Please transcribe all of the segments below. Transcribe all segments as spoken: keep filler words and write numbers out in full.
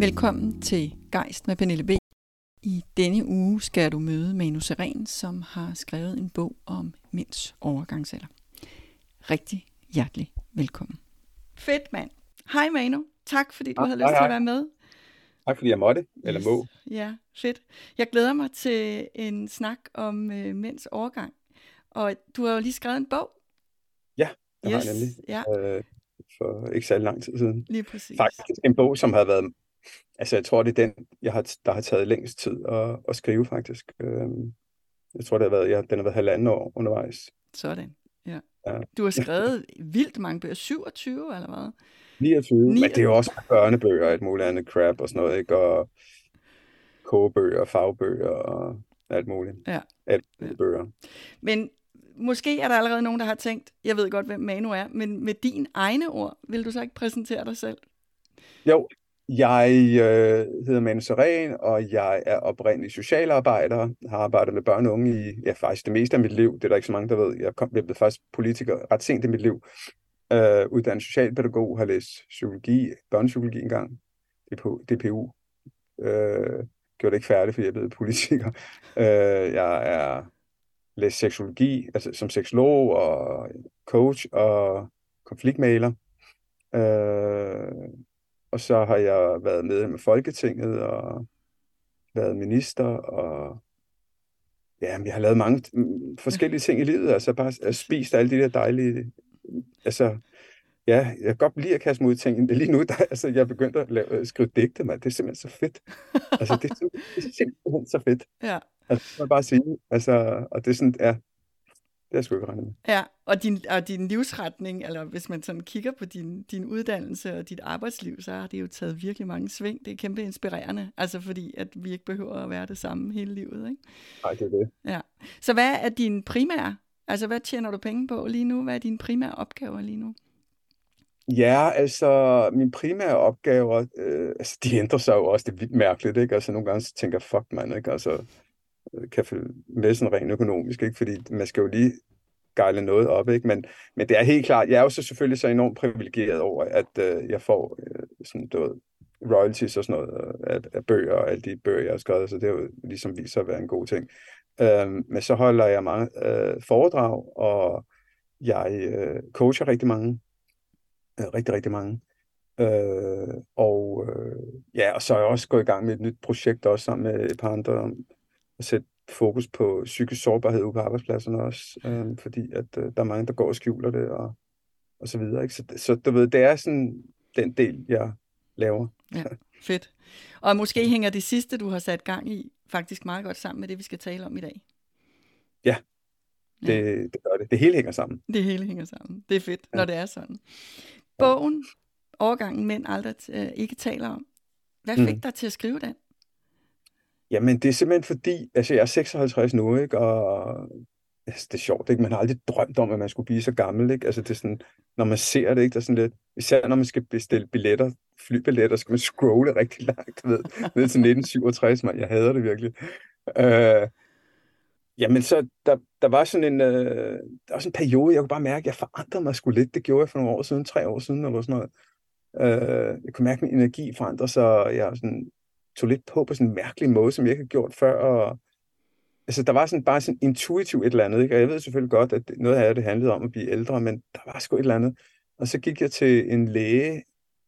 Velkommen til Gejst med Pernille B. I denne uge skal du møde Manu Sareen, som har skrevet en bog om mænds overgangsalder. Rigtig hjertelig velkommen. Fedt, mand. Hej Manu. Tak fordi du Hej, havde lyst hej, til at hej. være med. Tak fordi jeg måtte, eller Yes. må. Ja, fedt. Jeg glæder mig til en snak om øh, mænds overgang. Og du har jo lige skrevet en bog. Ja, det har Yes, jeg nemlig. ja, Øh, for ikke så lang tid siden. lige præcis. Faktisk en bog, som har været, altså jeg tror, det er den, jeg har, der har taget længst tid at, at skrive faktisk. Øh, jeg tror, det har været, ja, den har været halvanden år undervejs. Sådan, ja. Ja. Du har skrevet vildt mange bøger. syvogtyve eller hvad? niogtyve, men Ni- det er jo også børnebøger og alt muligt andet crap og sådan noget, ikke? Og kogebøger, fagbøger og alt muligt. Ja. Alt Ja. mulige bøger. Men måske er der allerede nogen, der har tænkt, jeg ved godt, hvem Manu er, men med dine egne ord, vil du så ikke præsentere dig selv? Jo, jeg øh, hedder Manu Sareen, og jeg er oprindelig socialarbejder, har arbejdet med børn og unge i ja, faktisk det meste af mit liv. Det er der ikke så mange, der ved. Jeg, kom, jeg blev faktisk politiker ret sent i mit liv. Øh, uddannet socialpædagog, har læst psykologi, børnepsykologi engang, D P U. Øh, gjorde det ikke færdigt, fordi jeg blev politiker. Øh, jeg er læst seksologi, altså som seksolog og coach og konfliktmægler. Øh, Og så har jeg været medlem af Folketinget og været minister, og ja, jeg har lavet mange mm, forskellige ting i livet. Altså bare jeg spist alle de der dejlige, altså ja, jeg kan godt lide at kaste mig ud i ting. Lige nu, der, altså jeg er begyndt at lave, skrive digte, man. Det er simpelthen så fedt. Altså det er simpelthen, det er simpelthen så fedt. Ja. Altså det må jeg bare sige. Altså, og det er sådan, ja, det har jeg sgu ikke regnet med. Ja, og din, og din livsretning, eller hvis man sådan kigger på din, din uddannelse og dit arbejdsliv, så har det jo taget virkelig mange sving. Det er kæmpe inspirerende, altså fordi, at vi ikke behøver at være det samme hele livet, ikke? Nej, det er det. Ja. Så hvad er din primære, altså hvad tjener du penge på lige nu? Hvad er dine primære opgaver lige nu? Ja, altså, mine primære opgaver, øh, altså, de ændrer sig jo også. Det er vildt mærkeligt, ikke? Altså, nogle gange så tænker jeg, fuck, man, ikke? Altså, kan følge med sådan rent økonomisk, ikke? Fordi man skal jo lige gejle noget op, ikke? Men, men det er helt klart, jeg er jo så selvfølgelig så enormt privilegeret over, at øh, jeg får øh, sådan, du ved, royalties og sådan noget af, af bøger og alle de bøger, jeg har skrevet, så det er jo ligesom viser at være en god ting. Øh, men så holder jeg mange øh, foredrag, og jeg øh, coacher rigtig mange. Øh, rigtig, rigtig mange. Øh, og øh, ja, og så er jeg også gået i gang med et nyt projekt også sammen med et par andre om at sætte fokus på psykisk sårbarhed ude på arbejdspladserne også, øh, fordi at øh, der er mange, der går og skjuler det og, og så videre. Ikke? Så, så du ved, det er sådan den del, jeg laver. Ja, fedt. Og måske hænger det sidste, du har sat gang i, faktisk meget godt sammen med det, vi skal tale om i dag. Ja, det, ja. det gør det. Det hele hænger sammen. Det hele hænger sammen. Det er fedt, Ja. når det er sådan. Bogen, Overgangen mænd aldrig øh, ikke taler om. Hvad fik Mm. dig til at skrive den? Jamen, det er simpelthen fordi, altså jeg er seksoghalvtreds nu, ikke? Og altså, det er sjovt, ikke? Man har aldrig drømt om, at man skulle blive så gammel, ikke? Altså det er sådan, når man ser det, ikke? Der er sådan lidt, især når man skal bestille billetter, flybilletter, skal man scrolle rigtig langt, ved, ned til nitten syvogtres, man. Jeg hader det virkelig. Øh, jamen så, der, der var sådan en, øh, der var sådan en periode, jeg kunne bare mærke, at jeg forandrede mig sgu lidt. Det gjorde jeg for nogle år siden, tre år siden, eller sådan noget. Øh, jeg kunne mærke, at min energi forandrede sig, og jeg sådan tog lidt på på sådan en mærkelig måde, som jeg ikke har gjort før, og altså, der var sådan bare sådan intuitivt et eller andet, ikke? Og jeg ved selvfølgelig godt, at noget af det handlede om at blive ældre, men der var sgu et eller andet. Og så gik jeg til en læge,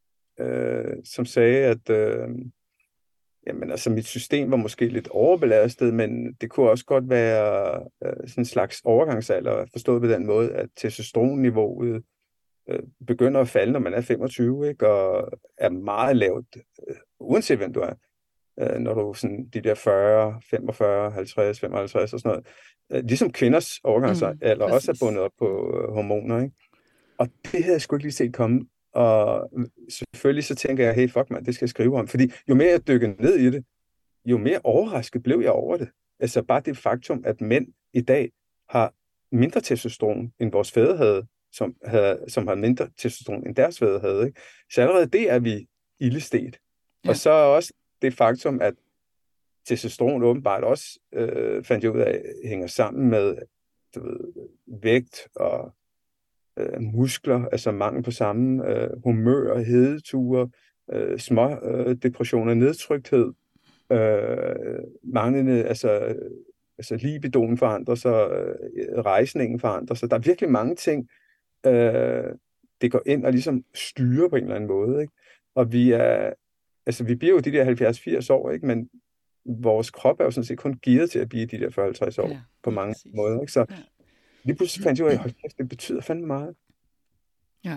øh, som sagde, at øh, jamen, altså, mit system var måske lidt overbelastet, men det kunne også godt være øh, sådan en slags overgangsalder, forstået på den måde, at testosteronniveauet øh, begynder at falde, når man er femogtyve, ikke? Og er meget lavt, øh, uanset hvem du er. Øh, når du sådan de der fyrre, femogfyrre, halvtreds, femoghalvtreds og sådan noget. Øh, ligesom kvinders overgangsalder Mm, også er præcis. bundet op på øh, hormoner, ikke? Og det havde jeg sgu ikke lige set komme. Og selvfølgelig så tænker jeg, hey fuck man, det skal jeg skrive om. Fordi jo mere jeg dykker ned i det, jo mere overrasket blev jeg over det. Altså bare det faktum, at mænd i dag har mindre testosteron, end vores fædre havde, som, havde, som har mindre testosteron, end deres fædre havde, ikke? Så allerede det er vi ildestet. Ja. Og så også det faktum, at testosteron åbenbart også, øh, fandt jeg ud af, hænger sammen med du ved, vægt og øh, muskler, altså mangel på samme øh, humør, hedeture, øh, små øh, depressioner, nedtrykthed, øh, manglende, altså, altså libidoen forandrer sig, øh, rejsningen forandrer sig. Der er virkelig mange ting, øh, det går ind og ligesom styrer på en eller anden måde, ikke? Og vi er, altså vi bliver jo de der halvfjerds firs år, ikke? Men vores krop er jo sådan set kun gearet til at blive de der fyrre halvtreds år Ja, på lige mange præcis. måder, ikke? Så Ja. lige pludselig fandt jeg ud af, hold kæft, det betyder fandme meget. Ja.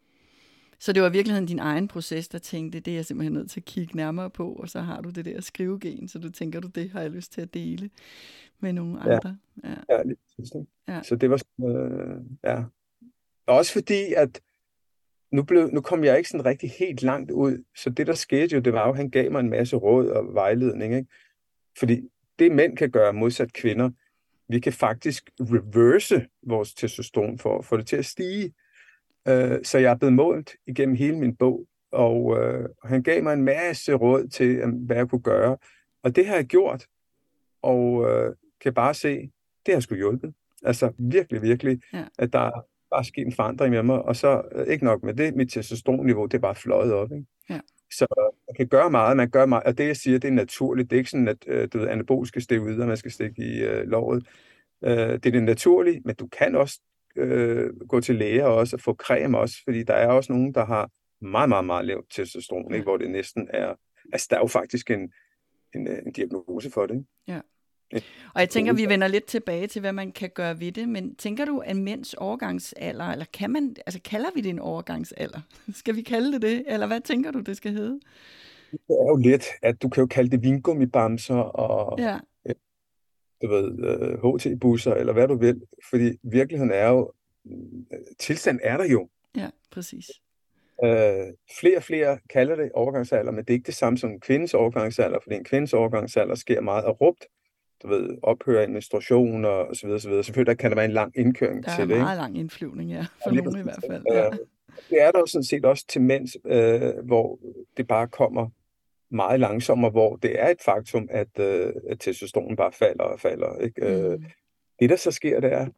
Så det var i virkeligheden din egen proces, der tænkte, det er jeg simpelthen nødt til at kigge nærmere på, og så har du det der skrivegen, så du tænker, du det har jeg lyst til at dele med nogle Ja, andre. Ja. ja, lige præcis, ikke? Ja. Så det var sådan, øh, ja. Også fordi, at nu, blev, nu kom jeg ikke sådan rigtig helt langt ud, så det, der skete jo, det var jo, at han gav mig en masse råd og vejledning, ikke? Fordi det, mænd kan gøre modsat kvinder, vi kan faktisk reverse vores testosteron for at få det til at stige. Uh, så jeg er blevet målt igennem hele min bog, og uh, han gav mig en masse råd til, um, hvad jeg kunne gøre. Og det har jeg gjort, og uh, kan bare se, det har sgu hjulpet. Altså virkelig, virkelig, Ja. at der er bare sket en forandring med mig, og så uh, ikke nok med det, mit testosteronniveau, det er bare fløjet op, ikke? Ja. Så man kan gøre meget, man gør meget, og det jeg siger, det er naturligt, det er ikke sådan, at uh, du ved, anaboliske steroider, man skal stikke i uh, låret. Uh, det er det naturlige, men du kan også øh, gå til læger også og få creme også, fordi der er også nogen, der har meget, meget, meget lavt testosteron, Ja. ikke? Hvor det næsten er, altså der er jo faktisk en, en, en diagnose for det, ikke? Ja. En Og jeg tænker, vi diagnose. vender lidt tilbage til, hvad man kan gøre ved det, men tænker du, at mænds overgangsalder, eller kan man, altså kalder vi det en overgangsalder? Skal vi kalde det det, eller hvad tænker du, det skal hedde? Det er jo lidt, at du kan jo kalde det vingummibamser og Ja. øh, du ved, øh, H T-busser, eller hvad du vil, fordi virkeligheden er jo, øh, tilstand er der jo. Ja, præcis. Øh, flere og flere kalder det overgangsalder, men det er ikke det samme som en kvindes overgangsalder, fordi en kvindes overgangsalder sker meget abrupt. Du ved, ophører i menstruation og, og så videre, så videre. Selvfølgelig kan der være en lang indkøring Der er til det, ikke? meget lang indflyvning, ja, for Ja, lige nogen i præcis, hvert fald. ikke? Ja. Øh, det er der jo sådan set også til mænds, øh, hvor det bare kommer meget langsommere, hvor det er et faktum, at, øh, at testosteron bare falder og falder, ikke? Øh, Mm. det, der så sker, det er,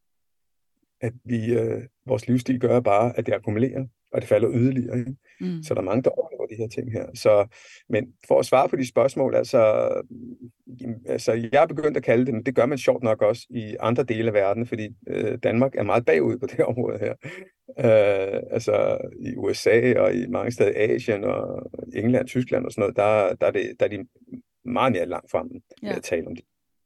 at vi, øh, vores livsstil gør bare, at det akkumulerer, og det falder yderligere, ikke? Mm. Så der er mange, der oplever de her ting her. Så, men for at svare på de spørgsmål, altså, altså jeg er begyndt at kalde det, men det gør man sjovt nok også i andre dele af verden, fordi øh, Danmark er meget bagud på det her område her. Øh, altså i U S A og i mange steder i Asien og England, Tyskland og sådan noget, der, der, er, det, der er de meget mere langt fremme med Ja. at tale om det.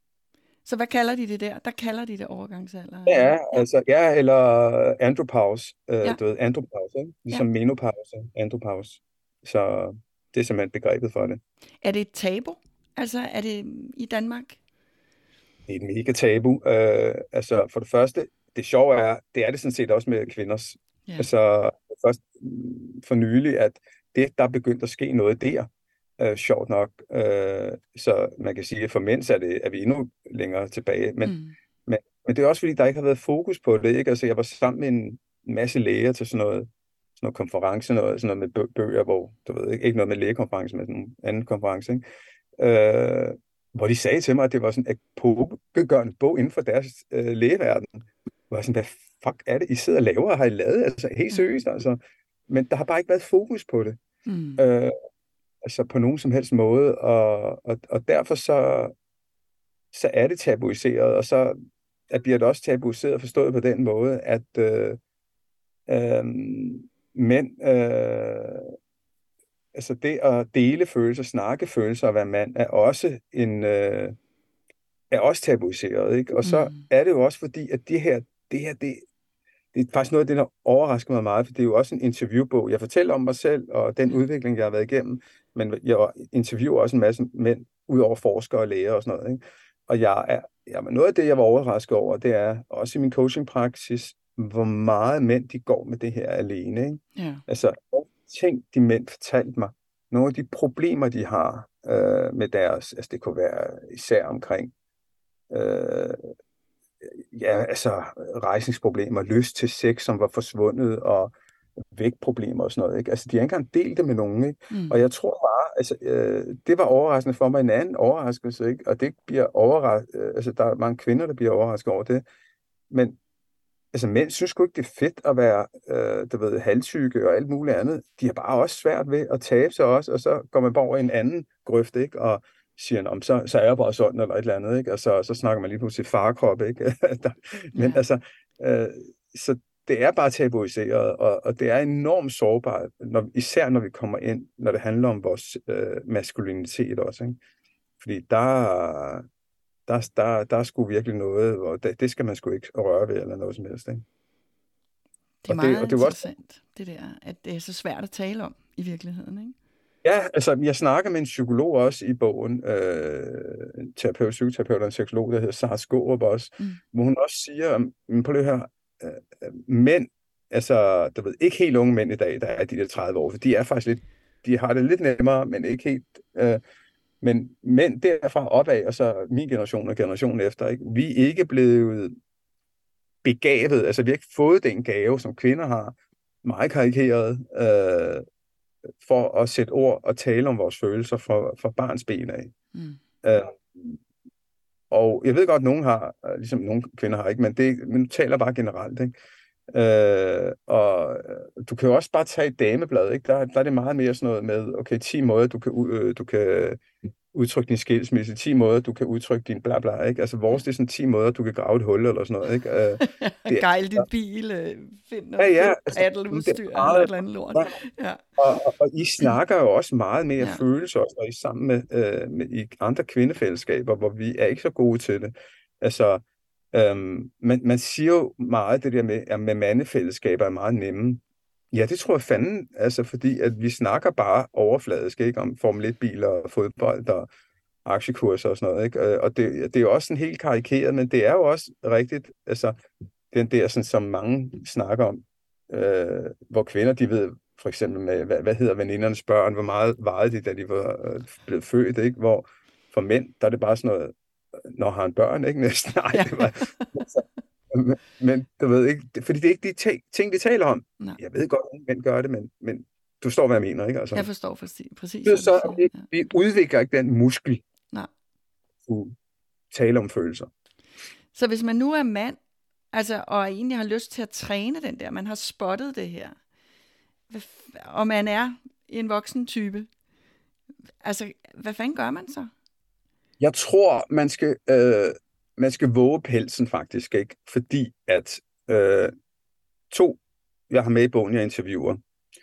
Så hvad kalder de det der? Der kalder de det overgangsalder. Ja, Ja. altså, ja, eller andropause, øh, Ja. du ved, andropause, ikke? Ligesom menopause, andropause. Så det er simpelthen begrebet for det. Er det et tabu? Altså, er det i Danmark? Det er et mega tabu. Øh, altså, for det første, det sjove er, det er det sådan set også med kvinders. Ja. Altså, først mm, for nylig, at det, der er begyndt at ske noget der, øh, sjovt nok. Øh, så man kan sige, at for mænd så er, det, er vi endnu længere tilbage. Men, Mm. men, men det er også fordi, der ikke har været fokus på det, ikke? Altså, jeg var sammen med en masse læger til sådan noget, sådan noget konference, noget, sådan noget med bø- bøger, hvor, du ved, ikke, ikke noget med lægekonference, men en anden konference, ikke? Øh, hvor de sagde til mig, at det var sådan en epokegørende bog inden for deres øh, lægeverden. Hvor jeg sådan, hvad fuck er det, I sidder og laver, og har I lavet? Altså, helt seriøst, altså. Men der har bare ikke været fokus på det. Mm. Øh, altså, på nogen som helst måde. Og, og, og derfor så, så er det tabuiseret, og så at bliver det også tabuiseret forstået på den måde, at øh, øh, mænd... Øh, altså det at dele følelser, snakke følelser og være mand, er også en øh, er også tabuiseret, ikke? Og så Mm. er det jo også fordi, at det her, det her, det, det er faktisk noget af det, der overrasker mig meget, for det er jo også en interviewbog. Jeg fortæller om mig selv og den udvikling, jeg har været igennem, men jeg interviewer også en masse mænd, ud over forskere og læger og sådan noget, ikke? Og jeg er, jamen noget af det, jeg var overrasket over, det er også i min coachingpraksis, hvor meget mænd, de går med det her alene, ikke? Ja. Altså, ting, de mænd fortalte mig, nogle af de problemer, de har øh, med deres, altså det kunne være især omkring, øh, ja, altså rejsningsproblemer, lyst til sex, som var forsvundet, og vægtproblemer og sådan noget, ikke? Altså, de har ikke engang delt det med nogen, ikke? Mm. Og jeg tror bare, altså, øh, det var overraskende for mig, en anden overraskelse, ikke? Og det bliver overrasket, øh, altså, der er mange kvinder, der bliver overrasket over det, men altså mænd synes sgu ikke, det er fedt at være, øh, du ved, halvtykke og alt muligt andet. De har bare også svært ved at tabe sig også, og så går man bare over i en anden grøft, ikke? Og siger, om så, så er jeg bare sådan, eller et eller andet, ikke? Og så, så snakker man lige pludselig farkrop, ikke? Der, men Ja. altså, øh, så det er bare tabuiseret, og, og det er enormt sårbart, når, især når vi kommer ind, når det handler om vores øh, maskulinitet også, ikke? Fordi der, der, der, der er sgu virkelig noget, og det, det skal man sgu ikke røre ved, eller noget som helst, ikke? Det er Og det, meget og det var også, interessant, det der, at det er så svært at tale om i virkeligheden, ikke? ja, altså jeg snakker med en psykolog også i bogen, øh, en terapeut, psykoterapeut og en seksolog, der hedder Sara Skaarup også, Mm. hvor hun også siger, men på det her, øh, mænd, altså, du ved, ikke helt unge mænd i dag, der er de der tredive år, for de er faktisk lidt, de har det lidt nemmere, men ikke helt, øh, men mænd derfra opad, og så min generation og generationen efter, ikke? Vi er ikke blevet begavet, altså vi har ikke fået den gave, som kvinder har, meget karikeret, øh, for at sætte ord og tale om vores følelser fra, fra barns ben af. Mm. Øh, og jeg ved godt, at nogen har, ligesom nogle kvinder har ikke, men det men du taler bare generelt, ikke? Øh, og du kan jo også bare tage et dameblad, ikke? Der, der er det meget mere sådan noget med, okay, ti måder, du kan, øh, du kan udtrykke din skilsmisse, ti måder, du kan udtrykke din bla bla, ikke? Altså vores, det er sådan ti måder, du kan grave et hul eller sådan noget, ikke? Øh, det, Gejl din bil, øh, find ja, noget ja, fedt altså, paddeludstyr, det er eller meget, et eller andet lort. ja. Ja. Og, og, og I snakker jo også meget mere Ja. følelser, også, og I sammen med, øh, med i andre kvindefællesskaber, hvor vi er ikke så gode til det. Altså, øhm, man, man siger jo meget det der med, at med mandefællesskaber er meget nemme. Ja, det tror jeg fanden, altså fordi at vi snakker bare overfladisk, ikke, om Formel et-biler og fodbold og aktiekurser og sådan noget, ikke? Øh, Og det, det er jo også sådan helt karikeret, men det er jo også rigtigt, altså den der, sådan, som mange snakker om, øh, hvor kvinder, de ved for eksempel med, hvad, hvad hedder venindernes børn, hvor meget vejede de, da de var øh, blevet født, ikke? Hvor for mænd, der er det bare sådan noget, når har en børn, ikke? Næsten, nej, Ja. det var, altså, men, men du ved ikke, det, fordi det er ikke de ting, ting de taler om. Nej. Jeg ved godt, at mænd gør det, men, men du forstår, hvad jeg mener, ikke? Altså, Jeg forstår præcis, præcis det er hvad du så, siger. vi, Ja. vi udvikler ikke den muskel, Nej. du tale om følelser. Så hvis man nu er mand, altså, og egentlig har lyst til at træne den der, man har spottet det her, hvad f- og man er en voksen type, altså, hvad fanden gør man så? Jeg tror, man skal, øh, man skal våge pelsen faktisk, ikke? Fordi at øh, to, jeg har med i bogen, jeg interviewer,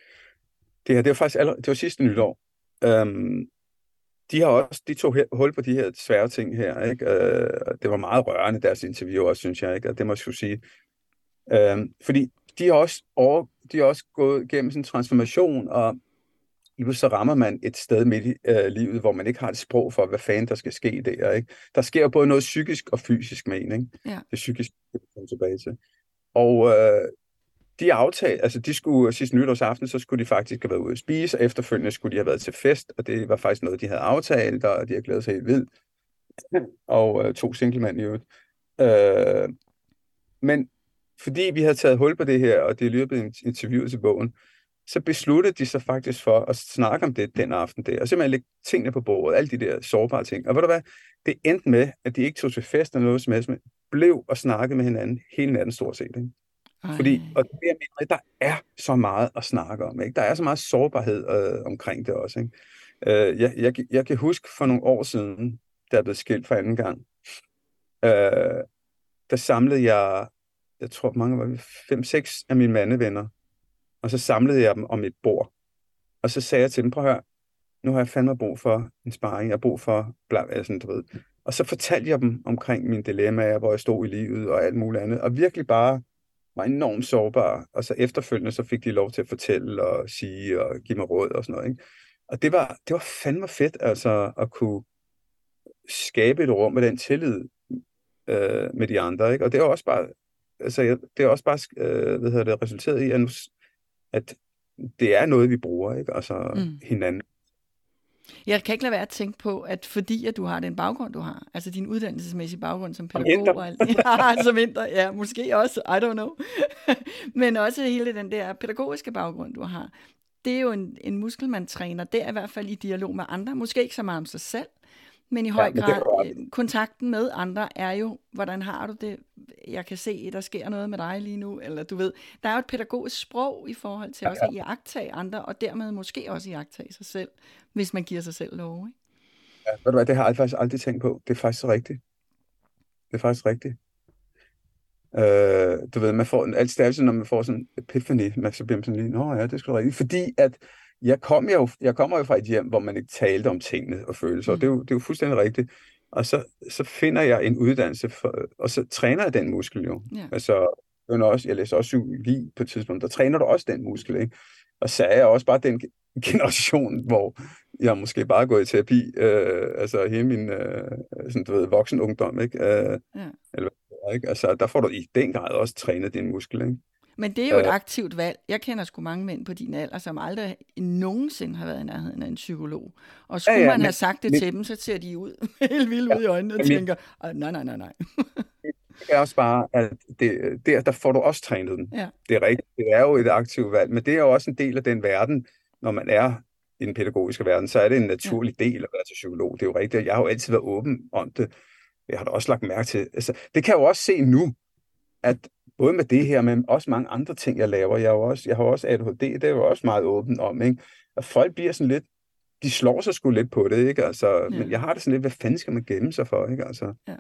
det her, det var faktisk allerede, det var sidste nytår. Øhm, de har også, de tog hul på de her svære ting her, ikke? Øh, det var meget rørende, deres interview også, synes jeg, ikke? Og det må jeg skulle sige. Øhm, fordi de har også, over, de har også gået gennem sådan en transformation, og så rammer man et sted midt i øh, livet, hvor man ikke har et sprog for, hvad fanden der skal ske der, ikke? Der sker både noget psykisk og fysisk med en, ikke? Ja. Det psykiske, det kommer tilbage til. Og øh, de aftalte, altså de skulle sidste nytårsaften, så skulle de faktisk have været ude at spise, og efterfølgende skulle de have været til fest, og det var faktisk noget, de havde aftalt, og de havde glædet sig helt vildt. Og øh, to singlemænd i øvrigt. Øh, men fordi vi havde taget hul på det her, og det er løbet interviewet til bogen, så besluttede de sig faktisk for at snakke om det den aften der, og simpelthen lægge tingene på bordet, alle de der sårbare ting. Og ved du hvad, det endte med, at de ikke tog til fest eller noget som helst, men blev og snakkede med hinanden hele natten stort set, ikke? Fordi, og det jeg mener, der er så meget at snakke om, ikke? Der er så meget sårbarhed øh, omkring det også, ikke? Øh, jeg, jeg, jeg kan huske for nogle år siden, da jeg blev skilt for anden gang, øh, der samlede jeg, jeg tror mange var vi, fem, seks af mine mandevenner, og så samlede jeg dem om et bord. Og så sagde jeg til dem, prøv at høre, nu har jeg fandme brug for en sparring, jeg har brug for, bla, eller sådan, du ved. Og så fortalte jeg dem omkring mine dilemmaer, hvor jeg stod i livet og alt muligt andet, og virkelig bare var enormt sårbar. Og så efterfølgende, så fik de lov til at fortælle og sige og give mig råd og sådan noget, ikke? Og det var, det var fandme fedt, altså, at kunne skabe et rum med den tillid øh, med de andre, ikke? Og det er også bare, altså, det er også bare, øh, hvad hedder det, resulteret i, at, at det er noget, vi bruger, ikke? Altså mm. hinanden. Jeg kan ikke lade være at tænke på, at fordi at du har den baggrund, du har, altså din uddannelsesmæssige baggrund som pædagog og alt det, ja, som vinter, ja, måske også, I don't know, men også hele den der pædagogiske baggrund, du har, det er jo en, en muskel, man træner, det er i hvert fald i dialog med andre, måske ikke så meget om sig selv, Men i Ja, høj men det grad, har du ret i. øh, kontakten med andre er jo, hvordan har du det? Jeg kan se, der sker noget med dig lige nu, eller du ved, der er jo et pædagogisk sprog i forhold til også Ja, at iagttage andre, og dermed måske også iagttage sig selv, hvis man giver sig selv lov, ikke? ja. Ved du hvad, det har jeg faktisk aldrig tænkt på. Det er faktisk rigtigt. Det er faktisk rigtigt. Øh, du ved, man får en alt stærkelse, når man får sådan en epiphany, man så bliver man sådan lige, nå ja, det er sgu da rigtigt. Fordi at jeg, kom jo, jeg kommer jo fra et hjem, hvor man ikke talte om tingene og følelser, og det er Mm. jo, det er jo fuldstændig rigtigt. Og så, så finder jeg en uddannelse, for, og så træner jeg den muskel jo. Ja, Altså, det er også, jeg læser også psykologi på et tidspunkt, der træner du også den muskel, ikke? Og så er jeg også bare den ge- generation, hvor jeg måske bare er gået i terapi, øh, altså hele min, øh, sådan, du ved, voksen ungdom, ikke? Øh, ja. eller ikke? Altså, der får du i den grad også trænet din muskel, ikke? Men det er jo et Øh, aktivt valg. Jeg kender sgu mange mænd på din alder, som aldrig nogensinde har været i nærheden af en psykolog. Og ja, skulle ja, man men, have sagt det men, til dem, så ser de ud helt vildt ja, ud i øjnene og men tænker, "Ej, nej, nej, nej, nej." det er også bare, at det, der, der får du også trænet den. Ja, Det er rigtigt. Det er jo et aktivt valg, men det er jo også en del af den verden, når man er i den pædagogiske verden, så er det en ja, naturlig del at være til psykolog. Det er jo rigtigt. Jeg har jo altid været åben om det. Jeg har da også lagt mærke til. Altså, det kan jeg jo også se nu, at både med det her, men også mange andre ting, jeg laver. Jeg, er jo også, jeg har også A D H D, det er jo også meget åben om, ikke? Og folk bliver sådan lidt, de slår sig sgu lidt på det, ikke? Altså, men ja, jeg har det sådan lidt, hvad fanden skal man gemme sig for, ikke? Altså, ja.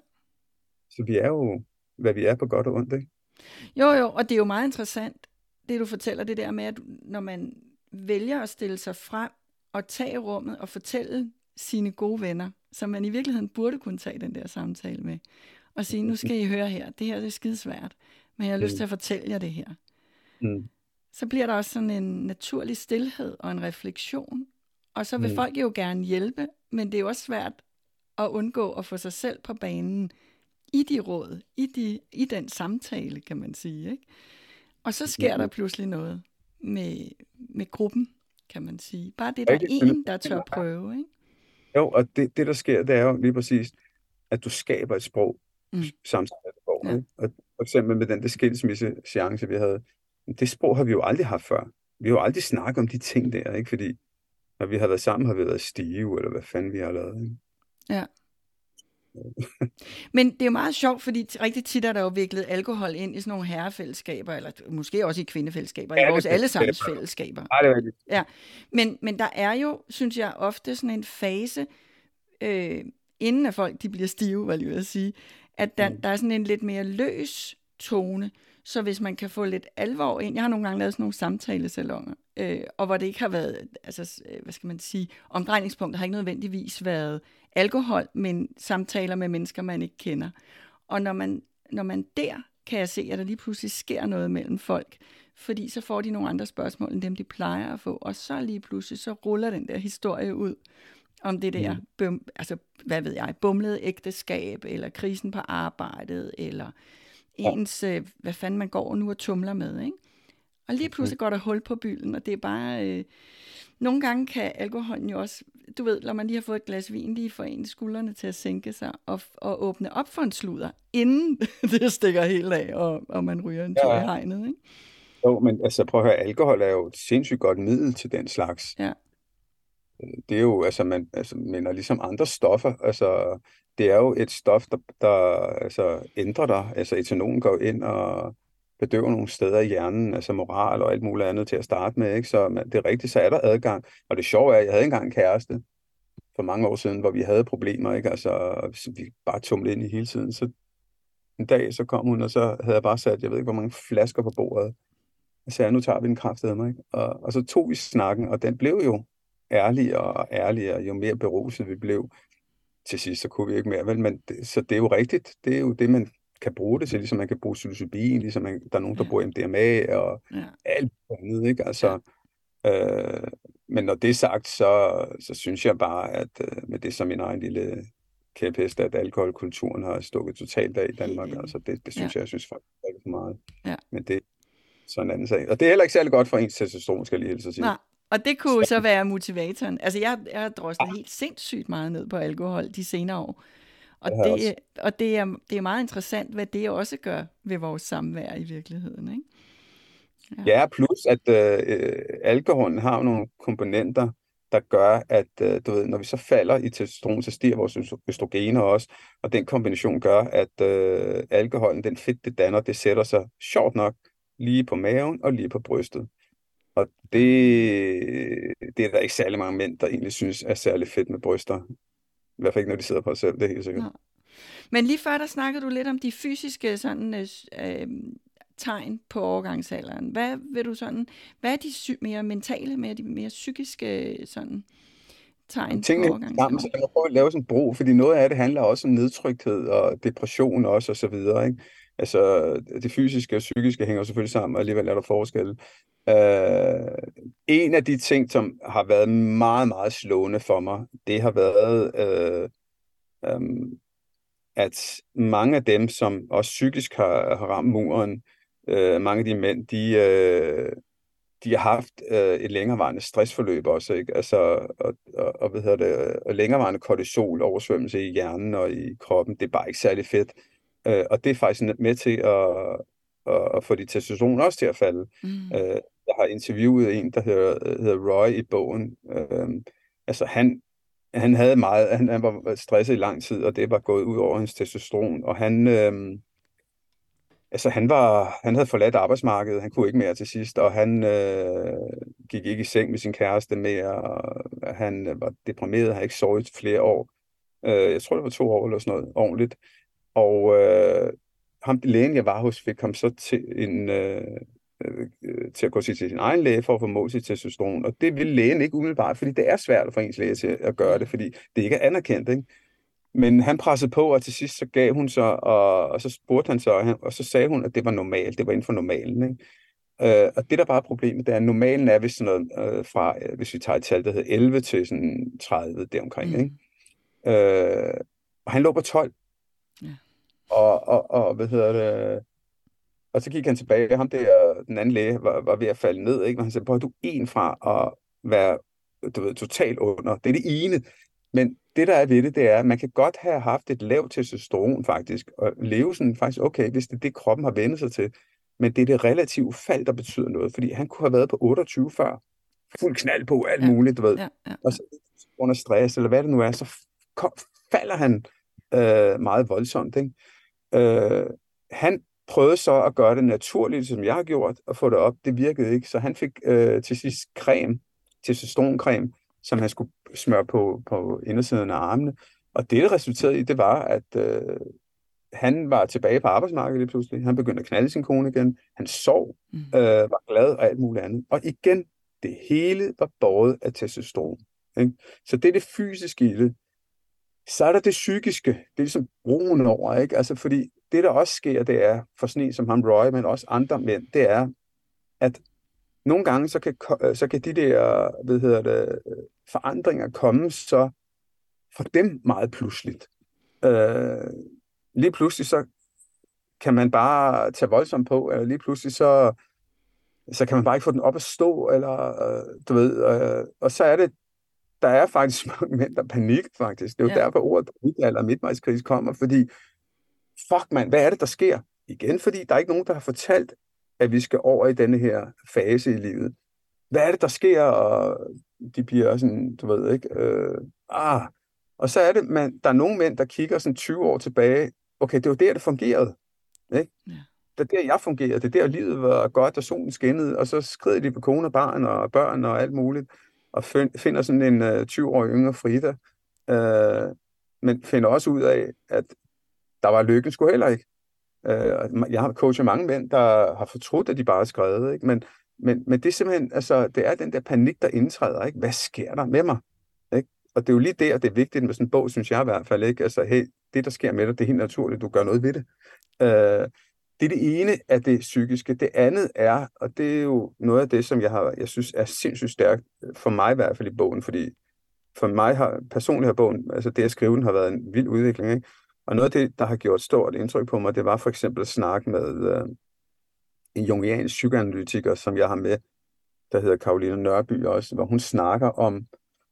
så vi er jo, hvad vi er på godt og ondt, ikke? Jo, jo, og det er jo meget interessant, det du fortæller, det der med, at når man vælger at stille sig frem og tage rummet og fortælle sine gode venner, som man i virkeligheden burde kunne tage den der samtale med, og sige, nu skal I høre her, det her det er skidesvært, men jeg har lyst til Mm. at fortælle jer det her. Mm. Så bliver der også sådan en naturlig stilhed og en refleksion, og så vil Mm. folk jo gerne hjælpe, men det er jo også svært at undgå at få sig selv på banen i de råd, i, de, i den samtale, kan man sige, ikke? Og så sker der pludselig noget med, med gruppen, kan man sige. Bare det, der er Rigtigt, men en, der tør prøve, ikke? jo, og det, det, der sker, det er jo lige præcis, at du skaber et sprog, Mm. samtalesprog, Ja, ikke? Og for eksempel med den der skilsmisse-seance, vi havde, det sprog har vi jo aldrig haft før. Vi har jo aldrig snakket om de ting der, ikke? Fordi når vi har været sammen, har vi været stive, eller hvad fanden vi har lavet, ikke? ja. Men det er jo meget sjovt, fordi t- rigtig tit er der jo viklet alkohol ind i sådan nogle herrefællesskaber, eller måske også i kvindefællesskaber, i Ja, vores det, det, det, allesammens det, fællesskaber. nej, det er rigtigt. Ja, men, men der er jo, synes jeg, ofte sådan en fase, øh, inden at folk de bliver stive, hvad jeg vil sige, at der, Mm. der er sådan en lidt mere løs tone, så hvis man kan få lidt alvor ind, jeg har nogle gange lavet sådan nogle samtalesalonger, øh, og hvor det ikke har været, altså, øh, hvad skal man sige, omdrejningspunktet har ikke nødvendigvis været alkohol, men samtaler med mennesker, man ikke kender. Og når man, når man der, kan jeg se, at der lige pludselig sker noget mellem folk, fordi så får de nogle andre spørgsmål, end dem de plejer at få, og så lige pludselig, så ruller den der historie ud, om det der, Mm. bum, altså hvad ved jeg, bumlede ægteskab, eller krisen på arbejdet, eller Ja. ens, øh, hvad fanden man går nu og tumler med, ikke? Og lige pludselig går der hul på bylden, og det er bare, øh, nogle gange kan alkoholen jo også, du ved, når man lige har fået et glas vin, lige får en skuldrene til at sænke sig, og, og åbne op for en sludder, inden det stikker helt af, og, og man ryger en tur Ja, i hegnet, ikke? jo, men altså prøv at høre, alkohol er jo et sindssygt godt middel til den slags. Ja, Det er jo, altså man altså, mener ligesom andre stoffer, altså det er jo et stof, der, der altså, ændrer dig. Altså etanolen går ind og bedøver nogle steder i hjernen, altså moral og alt muligt andet til at starte med, ikke? Så man, det er rigtigt, så er der adgang. Og det sjove er, at jeg havde engang en kæreste for mange år siden, hvor vi havde problemer, ikke? Altså vi bare tumlede ind i hele tiden. Så en dag, så kom hun, og så havde jeg bare sat, jeg ved ikke, hvor mange flasker på bordet. Jeg sagde, nu tager vi den kraftedeme, ikke? Og, og så tog vi snakken, og den blev jo ærligere og ærligere, jo mere beruset vi blev. Til sidst, så kunne vi ikke mere, vel? Men det, så det er jo rigtigt. Det er jo det, man kan bruge det til, ligesom man kan bruge psilocybin, ligesom man, der er nogen, der ja, bruger M D M A og ja, alt andet, ikke? ja, Altså, øh, men når det er sagt, så, så synes jeg bare, at øh, med det som min egen lille kæphest, at alkoholkulturen har stukket totalt af i helt Danmark. enig. Altså, det, det Ja, synes jeg, jeg synes folk er for meget. ja. Men det er sådan en anden sag. Og det er heller ikke særlig godt for ens testosteron, skal jeg lige hilse at sige. Nej, og det kunne jo Så, så være motivatoren. Altså, jeg, jeg har droslet helt sindssygt meget ned på alkohol de senere år. Og det har jeg også. det, og det er, det er meget interessant, hvad det også gør ved vores samvær i virkeligheden, ikke? Ja, Ja, plus at øh, øh, alkoholen har jo nogle komponenter, der gør, at øh, du ved, når vi så falder i testosteron, så stiger vores østrogener også, og den kombination gør, at øh, alkoholen, den fedt, det danner, det sætter sig sjovt nok lige på maven og lige på brystet. Og det, det er der ikke særlig mange mænd, der egentlig synes er særlig fedt med bryster. I hvert fald ikke, når de sidder på sig selv, det er helt sikkert. Nå. Men lige før, der snakkede du lidt om de fysiske sådan, øh, tegn på overgangsalderen. Hvad vil du sådan, hvad er de sy- mere mentale, mere de mere psykiske sådan tegn Tingene på er sammen, overgangsalderen? så jeg må prøve at lave sådan en bro, fordi noget af det handler også om nedtrykthed og depression også, og så videre, ikke? Altså, det fysiske og psykiske hænger selvfølgelig sammen, og alligevel er der forskelle. Uh, en af de ting, som har været meget, meget slående for mig, det har været, uh, um, at mange af dem, som også psykisk har, har ramt muren, uh, mange af de mænd, de, uh, de har haft uh, et længerevarende stressforløb også, ikke? Altså, og, og, og, hvad hedder det, og længerevarende kortisol, oversvømmelse i hjernen og i kroppen, det er bare ikke særlig fedt. Uh, og det er faktisk med til at, at, at få de testosteron også til at falde. Mm. Uh, jeg har interviewet en, der hedder, hedder Roy i bogen. Uh, altså, han Han havde meget, han, han var stresset i lang tid, og det var gået ud over hans testosteron, og han, øhm, altså han var, han havde forladt arbejdsmarkedet, han kunne ikke mere til sidst, og han øh, gik ikke i seng med sin kæreste mere, og han var deprimeret, han havde ikke sovet flere år, øh, jeg tror det var to år eller sådan noget, ordentligt, og øh, ham, lægen jeg var hos, fik ham så til en... Øh, øh, til at gå til sin egen læge for at få målt sit testosteron, og det vil lægen ikke umiddelbart, fordi det er svært at få ens læge til at gøre det, fordi det ikke er anerkendt, ikke? Men han pressede på, og til sidst så gav hun så, og, og så spurgte han så, og, han, og så sagde hun, at det var normalt, det var inden for normalen, ikke? Øh, og det der bare er problemet, det er, at normalen er vist sådan noget øh, fra, øh, hvis vi tager et tal, der hedder elleve til sådan tredive deromkring, Mm. ikke? Øh, og han lå på tolv. Ja. Og, og, og hvad hedder det... Og så gik han tilbage, og ham der, den anden læge, var, var ved at falde ned, ikke? Men han sagde, prøv, du er en fra at være, du ved, totalt under. Det er det ene. Men det, der er ved det, det er, at man kan godt have haft et lavt testosteron, faktisk, og leve sådan faktisk okay, hvis det er det, kroppen har vendt sig til. Men det er det relative fald, der betyder noget, fordi han kunne have været på otteogtyve før. Fuld knald på, alt Ja. muligt, du ved. Ja, ja, Og så under stress, eller hvad det nu er, så kom, falder han øh, meget voldsomt, ikke? Øh, han prøvede så at gøre det naturligt, som jeg har gjort, og få det op. Det virkede ikke, så han fik øh, til sidst creme, testosteroncreme, som han skulle smøre på, på indersiden af armene. Og det, der resulterede i, det var, at øh, han var tilbage på arbejdsmarkedet lige pludselig. Han begyndte at knalde sin kone igen. Han sov, Mm. øh, var glad og alt muligt andet. Og igen, det hele var båret af testosteron, ikke? Så det er det fysiske i det. Så er der det psykiske. Det er ligesom broen over, ikke? Altså, fordi det, der også sker, det er, for sådan en som ham, Roy, men også andre mænd, det er, at nogle gange, så kan, så kan de der, hvad hedder det, forandringer komme så for dem meget pludseligt. Øh, lige pludselig, så kan man bare tage voldsomt på, eller lige pludselig, så, så kan man bare ikke få den op at stå, eller, øh, du ved, øh, og så er det, der er faktisk mange mænd, der panik, faktisk. Det er jo Ja. derfor, ordet panik eller midtvejskrise kommer, fordi fuck mand, hvad er det, der sker? Igen, fordi der er ikke nogen, der har fortalt, at vi skal over i denne her fase i livet. Hvad er det, der sker? Og de bliver sådan, du ved ikke, øh, ah. Og så er det, man, der er nogle mænd, der kigger sådan tyve år tilbage. Okay, det var der, det fungerede. Ikke? Ja. Det er der, jeg fungerede. Det er der, livet var godt, og solen skinnede. Og så skrider de på kone og barn og børn og alt muligt. Og finder sådan en uh, tyve-årig yngre Frida. Uh, men finder også ud af, at der var lykken sgu heller ikke. Uh, jeg har coachet mange mænd, der har fortrudt, at de bare er skrevet, ikke? Men, men, men det er simpelthen, altså, det er den der panik, der indtræder, ikke? Hvad sker der med mig? Ikke? Og det er jo lige der, det er vigtigt med sådan en bog, synes jeg i hvert fald, ikke? Altså, hey, det, der sker med dig, det er helt naturligt, du gør noget ved det. Uh, det er det ene af det psykiske. Det andet er, og det er jo noget af det, som jeg, har, jeg synes er sindssygt stærkt, for mig i hvert fald i bogen, fordi for mig har, personligt har bogen, altså det at skrive den, har været en vild udvikling, ikke? Og noget af det, der har gjort stort indtryk på mig, det var for eksempel at snakke med øh, en jungiansk psykoanalytiker, som jeg har med, der hedder Caroline Nørby også, hvor hun snakker om,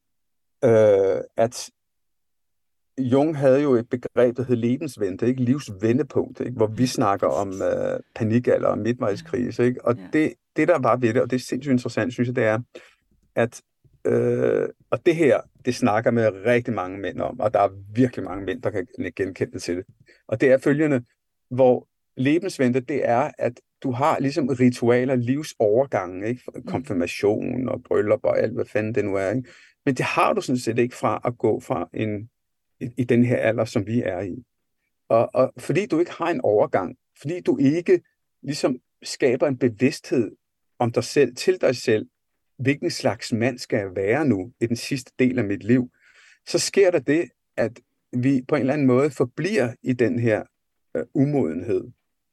øh, at Jung havde jo et begreb, der hed Lebenswende, ikke? Livsvendepunkt, ikke? Hvor vi snakker om øh, panikalder og midtvejskrise, ikke? Og Ja. det, det, der var ved det, og det er sindssygt interessant, synes jeg, det er, at øh, og det her, det snakker med rigtig mange mænd om, og der er virkelig mange mænd, der kan genkende til det. Og det er følgende, hvor lebensvente, det er, at du har ligesom ritualer, livsovergange, ikke? Konfirmation og bryllup og alt, hvad fanden det nu er, ikke? Men det har du sådan set ikke fra at gå fra en, i, i den her alder, som vi er i. Og, og fordi du ikke har en overgang, fordi du ikke ligesom skaber en bevidsthed om dig selv, til dig selv, hvilken slags mand skal jeg være nu i den sidste del af mit liv, så sker der det, at vi på en eller anden måde forbliver i den her øh, umodenhed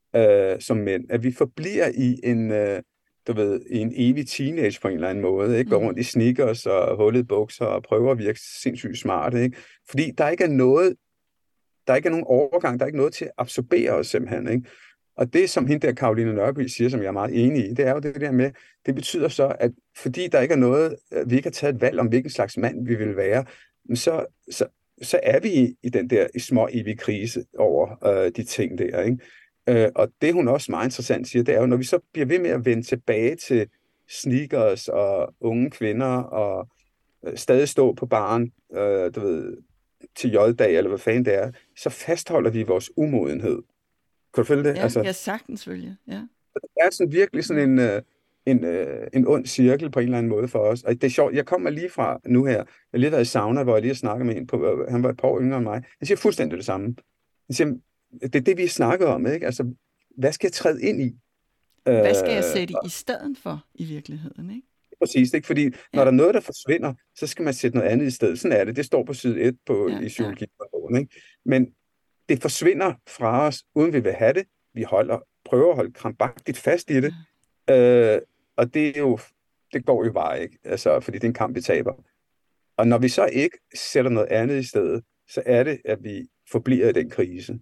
øh, som mænd. At vi forbliver i en, øh, du ved, i en evig teenage på en eller anden måde. Ikke? Går rundt i sneakers og hullede bukser og prøver at virke sindssygt smart. Ikke? Fordi der ikke er noget, der ikke er nogen overgang, der er ikke noget til at absorbere os simpelthen. Ikke? Og det, som hende der Caroline Nørby siger, som jeg er meget enig i, det er jo det der med, det betyder så, at fordi der ikke er noget, vi ikke har taget et valg om, hvilken slags mand vi vil være, så, så, så er vi i, i den der i små evige krise over øh, de ting der. Ikke? Øh, og det, hun også meget interessant siger, det er jo, når vi så bliver ved med at vende tilbage til sneakers og unge kvinder og øh, stadig stå på baren, øh, du ved, til J-dag, eller hvad fanden det er, så fastholder vi vores umodenhed. Kan du følge det? Ja, altså, jeg sagtens følge, ja. Det er sådan virkelig sådan en, øh, en, øh, en ond cirkel på en eller anden måde for os. Og det er sjovt, jeg kommer lige fra nu her, jeg har lige været i sauna, hvor jeg lige har snakket med en, på, han var et par år yngre end mig. Han siger fuldstændig det samme. Han siger, det er det, vi snakker om, ikke? Altså, hvad skal jeg træde ind i? Hvad skal jeg Øh, sætte i stedet for i virkeligheden, ikke? Præcis, ikke? Fordi når Ja. der er noget, der forsvinder, så skal man sætte noget andet i stedet. Sådan er det. Det står på side et på, Ja, i psykologi. Ja. Ikke? Men det forsvinder fra os, uden vi vil have det. Vi holder, prøver at holde krampagtigt fast i det. Ja. Øh, og det er jo, det går jo bare ikke, altså, fordi det er en kamp, vi taber. Og når vi så ikke sætter noget andet i stedet, så er det, at vi forbliver i den krise.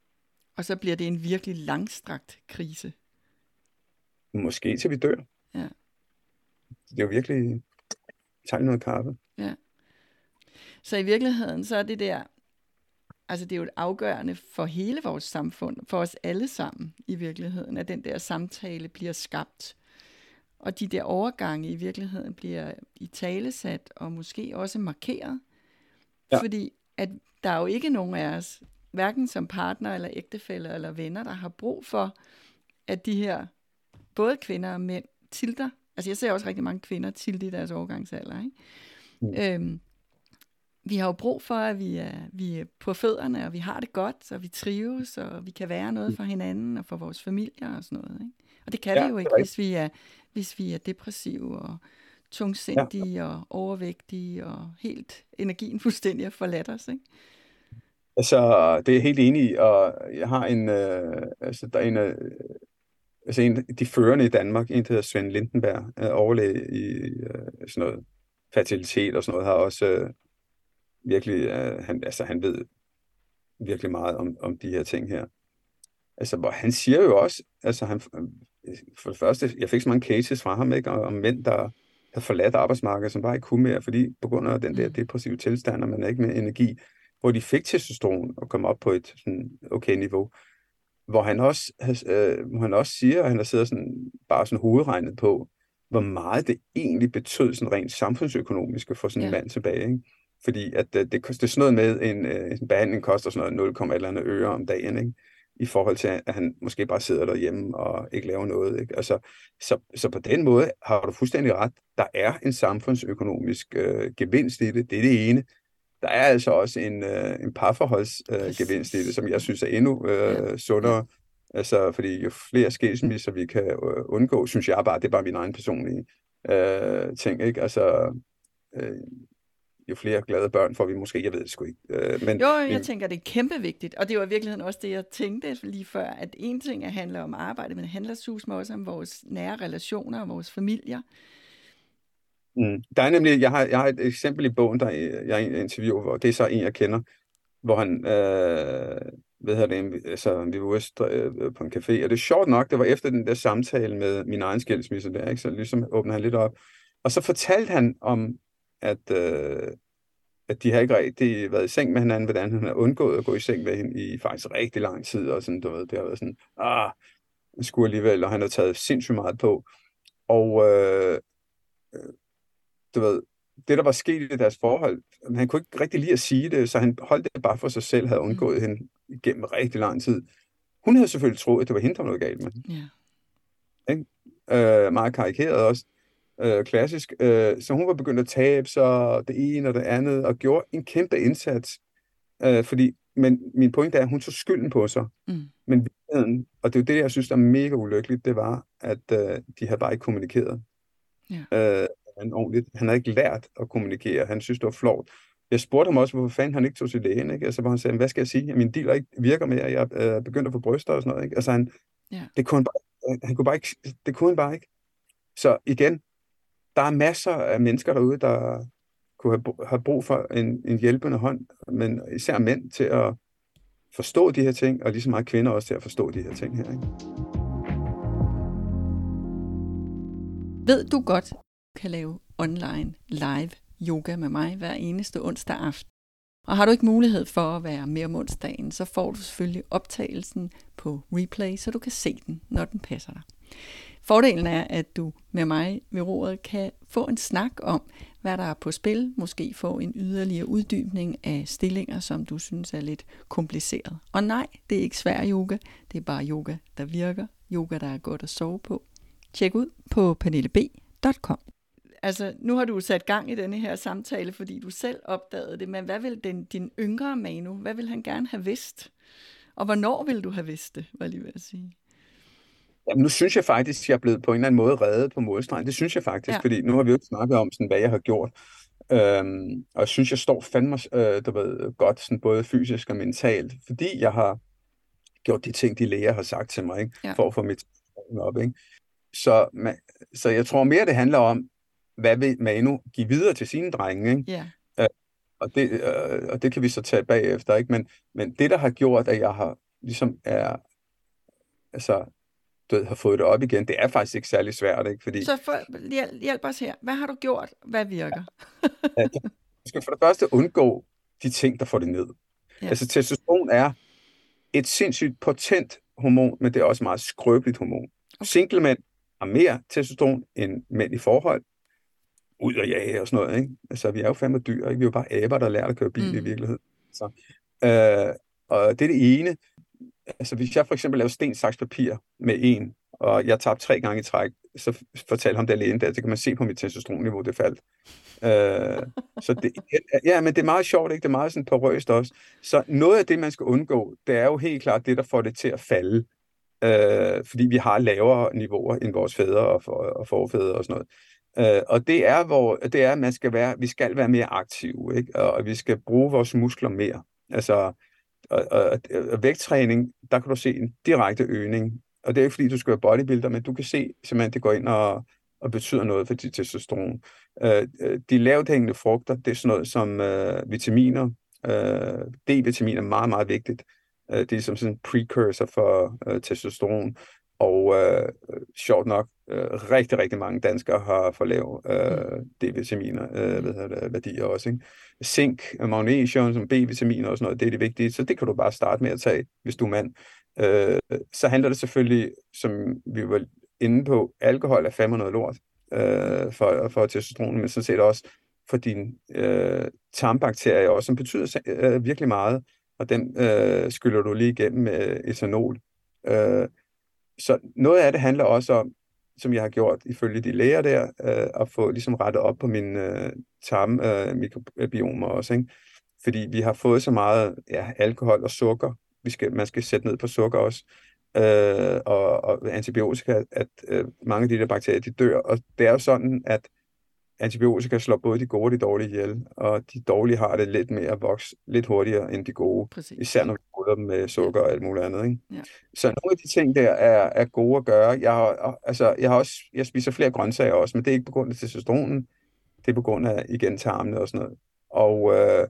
Og så bliver det en virkelig langstrakt krise. Måske til vi dør. Ja. Det er jo virkelig tegn noget kaffe. Ja. Så i virkeligheden, så er det der, altså det er jo afgørende for hele vores samfund, for os alle sammen i virkeligheden, at den der samtale bliver skabt. Og de der overgange i virkeligheden bliver italesat og måske også markeret. Ja. Fordi at der er jo ikke nogen af os, hverken som partner eller ægtefæller eller venner, der har brug for, at de her, både kvinder og mænd, tilter. Altså jeg ser også rigtig mange kvinder tilte i deres overgangsalder, ikke? Mm. Øhm, vi har jo brug for, at vi er, vi er på fødderne, og vi har det godt, og vi trives, og vi kan være noget for hinanden og for vores familier og sådan noget, ikke? Og det kan ja, vi jo ikke, hvis vi er, hvis vi er depressive og tungsindige ja. og overvægtige, og helt energien fuldstændig har forladt os, ikke? Altså, det er jeg helt enig i, og jeg har en, øh, altså der er en, øh, altså en af de førende i Danmark, en der hedder Svend Lindenberg, øh, overlæge i øh, sådan noget fertilitet og sådan noget, har også øh, virkelig, øh, han, altså han ved virkelig meget om, om de her ting her. Altså, hvor han siger jo også, altså han, for det første, jeg fik så mange cases fra ham, ikke, om mænd, der havde forladt arbejdsmarkedet, som bare ikke kunne mere, fordi på grund af den der depressive tilstand, og man er ikke med energi, hvor de fik testosteron og kom op på et sådan okay niveau, hvor han også, øh, hvor han også siger, at han har siddet sådan, bare sådan hovedregnet på, hvor meget det egentlig betød sådan rent samfundsøkonomisk at få sådan en ja. mand tilbage, ikke? Fordi at det, det koster sådan noget med, en, en behandling koster sådan noget nul komma nul øre om dagen, ikke? I forhold til, at han måske bare sidder derhjemme og ikke laver noget, ikke? Altså, så, så på den måde har du fuldstændig ret. Der er en samfundsøkonomisk øh, gevinst i det. Det er det ene. Der er altså også en, øh, en parforholdsgevinst øh, i det, som jeg synes er endnu øh, sundere. Ja. Altså, fordi jo flere skilsmisser vi kan øh, undgå, synes jeg bare, det er bare min egen personlige øh, ting, ikke? Altså, øh, jo flere glade børn får vi måske, jeg ved det sgu ikke. Øh, men, jo, jeg men, tænker, det er kæmpe vigtigt, og det var i virkeligheden også det, jeg tænkte lige før, at en ting er handler om arbejde, men det handler sus med også om vores nære relationer og vores familier. Mm. Der er nemlig, jeg har, jeg har et eksempel i bogen, der jeg interviewer, hvor det er så en, jeg kender, hvor han, øh, hvad hedder det, altså, vi var ude øh, på en café, og det er sjovt nok, det var efter den der samtale med min egen skilsmisse der, ikke? Så ligesom åbnede han lidt op, og så fortalte han om, at, øh, at de har ikke rigtig været i seng med hinanden, hvordan han har undgået at gå i seng med hende i faktisk rigtig lang tid, og sådan, du ved, det har været sådan, ah, han skulle alligevel, og han har taget sindssygt meget på, og øh, du ved, det, der var sket i deres forhold, han kunne ikke rigtig lide at sige det, så han holdt det bare for sig selv, havde undgået mm. hende igennem rigtig lang tid. Hun havde selvfølgelig troet, at det var hende, der var noget galt med. Ja. Ikke? Øh, meget karikeret også. Øh, klassisk. Øh, så hun var begyndt at tabe sig det ene og det andet, og gjorde en kæmpe indsats. Øh, fordi, men min pointe er, at hun tog skylden på sig. Mm. Men og det er jo det, jeg synes, der er mega ulykkeligt, det var, at øh, de havde bare ikke kommunikeret. Ja. Øh, han, ordentligt. Han havde ikke lært at kommunikere. Han synes, det var flot. Jeg spurgte ham også, hvorfor fanden han ikke tog til lægen, ikke? Altså, hvor han sagde, hvad skal jeg sige? Min dealer ikke virker mere, jeg er øh, begyndt at få bryster og sådan noget, ikke? Altså, han, ja. det kunne han bare, han kunne bare ikke, det kunne han bare ikke. Så igen, der er masser af mennesker derude, der kunne have, have brug for en, en hjælpende hånd, men især mænd til at forstå de her ting, og lige så meget kvinder også til at forstå de her ting her, ikke? Ved du godt, du kan lave online live yoga med mig hver eneste onsdag aften? Og har du ikke mulighed for at være med om onsdagen, så får du selvfølgelig optagelsen på replay, så du kan se den, når den passer dig. Fordelen er, at du med mig ved roret kan få en snak om, hvad der er på spil, måske få en yderligere uddybning af stillinger, som du synes er lidt kompliceret. Og nej, det er ikke svær yoga, det er bare yoga, der virker, yoga, der er godt at sove på. Tjek ud på pernille b punktum com. Altså, nu har du sat gang i denne her samtale, fordi du selv opdagede det, men hvad vil den, din yngre Manu, hvad vil han gerne have vidst? Og hvornår vil du have vidst det, var jeg lige ved at sige? Jamen, nu synes jeg faktisk, at jeg er blevet på en eller anden måde reddet på målstregen. Det synes jeg faktisk, ja. Fordi nu har vi jo snakket om, sådan, hvad jeg har gjort. Øhm, og jeg synes, jeg står fandme øh, du ved, godt, sådan, både fysisk og mentalt, fordi jeg har gjort de ting, de læger har sagt til mig, ikke? Ja. For at få mit op. Ikke? Så, man, så jeg tror mere, det handler om, hvad vil Manu give videre til sine drenge. Ikke? Ja. Øh, og, det, øh, og det kan vi så tage bagefter. Ikke? Men, men det, der har gjort, at jeg har ligesom er... altså du ved, har fået det op igen, det er faktisk ikke særlig svært, ikke? Fordi... Så for, hjælp, hjælp os her. Hvad har du gjort? Hvad virker? ja, du skal for det første undgå de ting, der får det ned. Ja. Altså, testosteron er et sindssygt potent hormon, men det er også et meget skrøbeligt hormon. Okay. Single mænd har mere testosteron end mænd i forhold. Ud og jage og sådan noget, ikke? Altså, vi er jo fandme dyr, ikke? Vi er jo bare aber, der lærer at køre bil mm. i virkeligheden. Så, øh, og det er det ene. Altså, hvis jeg for eksempel laver sten, saks, papir med en, og jeg tabte tre gange i træk, så fortalte ham det alene der, så kan man se på mit testosteronniveau, det faldt. Øh, så det, ja, men det er meget sjovt, ikke? Det er meget sådan porøst også. Så noget af det, man skal undgå, det er jo helt klart det, der får det til at falde. Øh, fordi vi har lavere niveauer end vores fædre og, for, og forfædre og sådan noget. Øh, og det er, hvor, det er, at man skal være, vi skal være mere aktive, ikke? Og, og vi skal bruge vores muskler mere. Altså, Og, og, og vægttræning, der kan du se en direkte øgning. Og det er ikke fordi, du skal være bodybuilder, men du kan se, simpelthen, det går ind og, og betyder noget for dit testosteron. Øh, de lavt hængende frugter, det er sådan noget som øh, vitaminer. Øh, D-vitamin er meget, meget vigtigt. Øh, det er som sådan en precursor for øh, testosteron. Og øh, sjovt nok, øh, rigtig, rigtig mange danskere har for lav øh, D-vitaminer, øh, hvad hedder det, værdier også, ikke? Zink, magnesium, som B-vitaminer og sådan noget, det er det vigtige, så det kan du bare starte med at tage, hvis du er mand. Øh, så handler det selvfølgelig, som vi var inde på, alkohol er fandme noget lort øh, for, for testosteron, men sådan set også for dine øh, tarmbakterier også, som betyder øh, virkelig meget, og den øh, skylder du lige igennem med etanol. Øh, Så noget af det handler også om, som jeg har gjort ifølge de læger der, øh, at få ligesom rettet op på mine øh, tarmmikrobioma også, ikke? Fordi vi har fået så meget ja, alkohol og sukker. Vi skal, man skal sætte ned på sukker også. Øh, og, og antibiotika, at øh, mange af de der bakterier, de dør. Og det er jo sådan, at antibiotika slår både de gode og de dårlige ihjel, og de dårlige har det lidt mere at vokse lidt hurtigere end de gode. Præcis. Især når vi bruger dem med sukker og alt muligt andet, ikke? Ja. Så nogle af de ting der er, er gode at gøre. Jeg har, altså, jeg har også, jeg spiser flere grøntsager også, men det er ikke på grund af testosteronen. Det er på grund af, igen, tarmene og sådan noget. Og øh,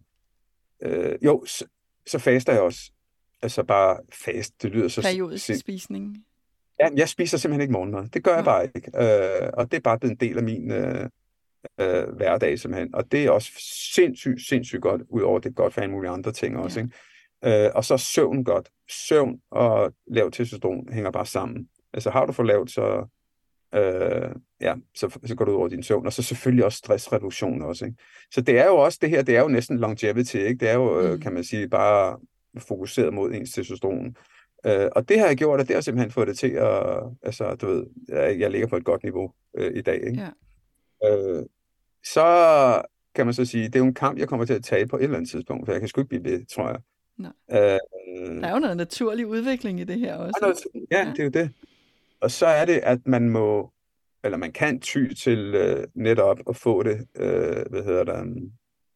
øh, jo, så, så faster jeg også. Altså bare fast, det lyder så... Periodisk sind... spisning. Ja, jeg spiser simpelthen ikke morgenmad. Det gør jeg ja. bare ikke. Øh, og det er bare blevet en del af min... Øh, Øh, hverdag simpelthen, og det er også sindssygt, sindssygt godt, udover det er godt for en mulige andre ting også, ja. Ikke? Øh, og så søvn godt. Søvn og lav testosteron hænger bare sammen. Altså har du for lavt, så, øh, ja, så, så går det ud over din søvn, og så selvfølgelig også stressreduktion også, ikke? Så det er jo også det her, det er jo næsten longevity, ikke? Det er jo, øh, kan Mm. man sige, bare fokuseret mod ens testosteron. Øh, og det har jeg gjort, og det har simpelthen fået det til at, altså, du ved, jeg, jeg ligger på et godt niveau øh, i dag, ikke? Ja. Øh, så kan man så sige, det er jo en kamp, jeg kommer til at tage på et eller andet tidspunkt, for jeg kan sgu ikke blive ved, tror jeg. Nej. Øh, Der er jo noget naturlig udvikling i det her også, noget, ikke? ja, Ja. det er jo det. Og så er det, at man må, eller man kan ty til øh, netop at få det, øh, hvad hedder det, um,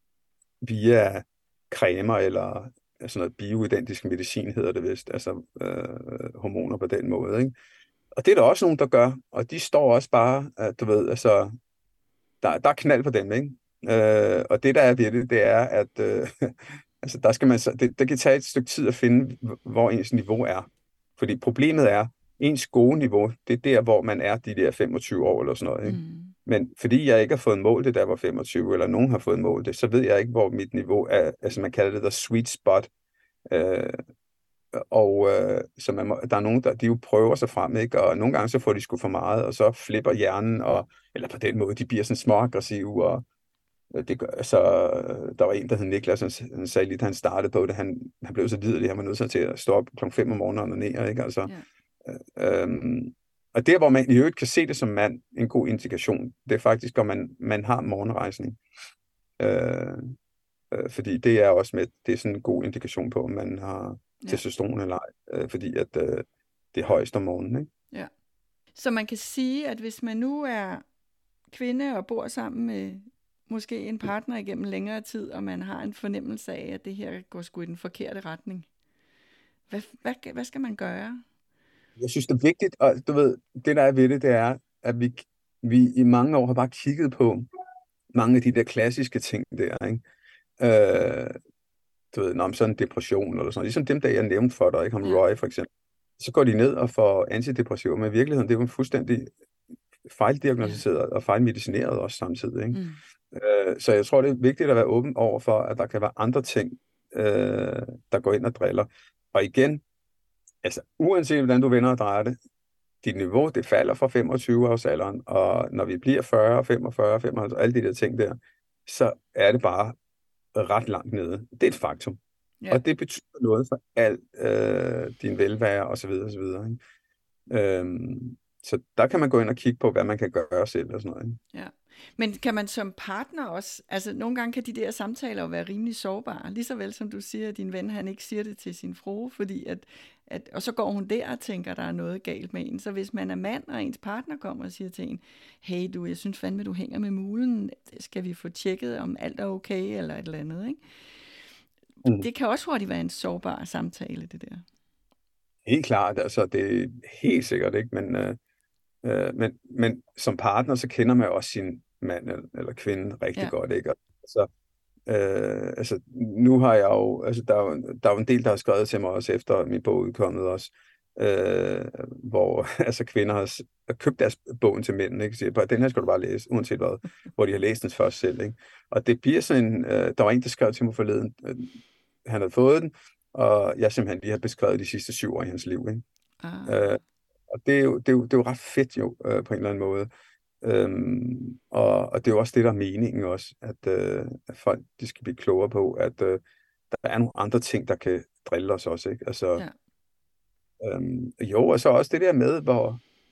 via cremer eller sådan noget bioidentisk medicin, hedder det vist, altså øh, hormoner på den måde, ikke? Og det er der også nogen, der gør, og de står også bare, at du ved, altså, der, der er knald på dem, ikke? Øh, og det, der er ved det, det er, at øh, altså, der skal man, så- det, det kan tage et stykke tid at finde, hvor ens niveau er. Fordi problemet er, ens gode niveau, det er der, hvor man er de der femogtyve år eller sådan noget, ikke? Mm. Men fordi jeg ikke har fået målt det, da jeg var femogtyve, eller nogen har fået målt det, så ved jeg ikke, hvor mit niveau er. Altså man kalder det the sweet spot. Øh, og øh, så man må, der er nogen, der de jo prøver sig frem, ikke? Og nogle gange så får de sgu for meget, og så flipper hjernen, og, eller på den måde, de bliver sådan småaggressive, og øh, det gør, så øh, der var en, der hed Niklas, han, han sagde lige, da han startede på det, han, han blev så liderlig, han var nødt til at stå op klokken fem om morgenen og ned, ikke? Altså, Ja. øhm, og der, hvor man i øvrigt kan se det som mand, en god indikation, det er faktisk, om man, man har morgenrejsning. Øh, øh, fordi det er også med, det er sådan en god indikation på, om man har Ja. testosteron eller ej, øh, fordi at øh, det er højst om morgenen, ikke? Ja. Så man kan sige, at hvis man nu er kvinde og bor sammen med måske en partner igennem længere tid, og man har en fornemmelse af, at det her går sgu i den forkerte retning, hvad, hvad, hvad skal man gøre? Jeg synes, det er vigtigt, og du ved, det der er ved det, det er, at vi, vi i mange år har bare kigget på mange af de der klassiske ting der, ikke? Øh, du ved, når sådan en depression eller sådan, ligesom dem, der jeg nævnte for dig, ikke? Ham Ja. Roy for eksempel. Så går de ned og får antidepressiver, men i virkeligheden, det er jo fuldstændig fejldiagnostiseret og fejlmedicineret også samtidig, ikke? Mm. Øh, så jeg tror, det er vigtigt at være åben over for, at der kan være andre ting, øh, der går ind og driller. Og igen, altså uanset hvordan du vender og drejer det, dit niveau, det falder fra femogtyve-årsalderen, og når vi bliver fyrre, femogfyrre, femoghalvtreds, alle de der ting der, så er det bare ret langt nede. Det er et faktum. Ja. Og det betyder noget for alt øh, din velvære og så videre og så videre, ikke? Øhm, så der kan man gå ind og kigge på, hvad man kan gøre selv og sådan noget, ikke? Ja. Men kan man som partner også, altså nogle gange kan de der samtaler jo være rimelig sårbare, lige så vel som du siger, at din ven han ikke siger det til sin frue, fordi at, at, og så går hun der og tænker, der er noget galt med en. Så hvis man er mand, og ens partner kommer og siger til en, hey du, jeg synes fandme, du hænger med mulen, skal vi få tjekket, om alt er okay, eller et eller andet, ikke? Mm. Det kan også hurtigt være en sårbar samtale, det der. Helt klart, altså det er helt sikkert, ikke? Men, øh, øh, men, men som partner, så kender man jo også sin mand eller, eller kvinde rigtig Ja. godt, ikke? Altså, øh, altså, nu har jeg jo, altså der er jo, der er jo en del, der har skrevet til mig også efter min bog udkommet også, øh, hvor altså kvinder har, s- har købt deres bogen til mændene, ikke? Siger, bare, den her skal du bare læse, uanset hvad, hvor de har læst den først selv, ikke? Og det bliver sådan en, øh, der var en, der skrev til mig forleden, øh, han havde fået den, og jeg simpelthen lige har beskrevet de sidste syv år i hans liv, ikke? Ah. Øh, og det er, jo, det, er jo, det er jo ret fedt jo, øh, på en eller anden måde. Øhm, og, og det er jo også det, der er meningen også, at, øh, at folk de skal blive klogere på, at øh, der er nogle andre ting, der kan drille os også, ikke? Altså, Ja. øhm, jo, og så også det der med, hvor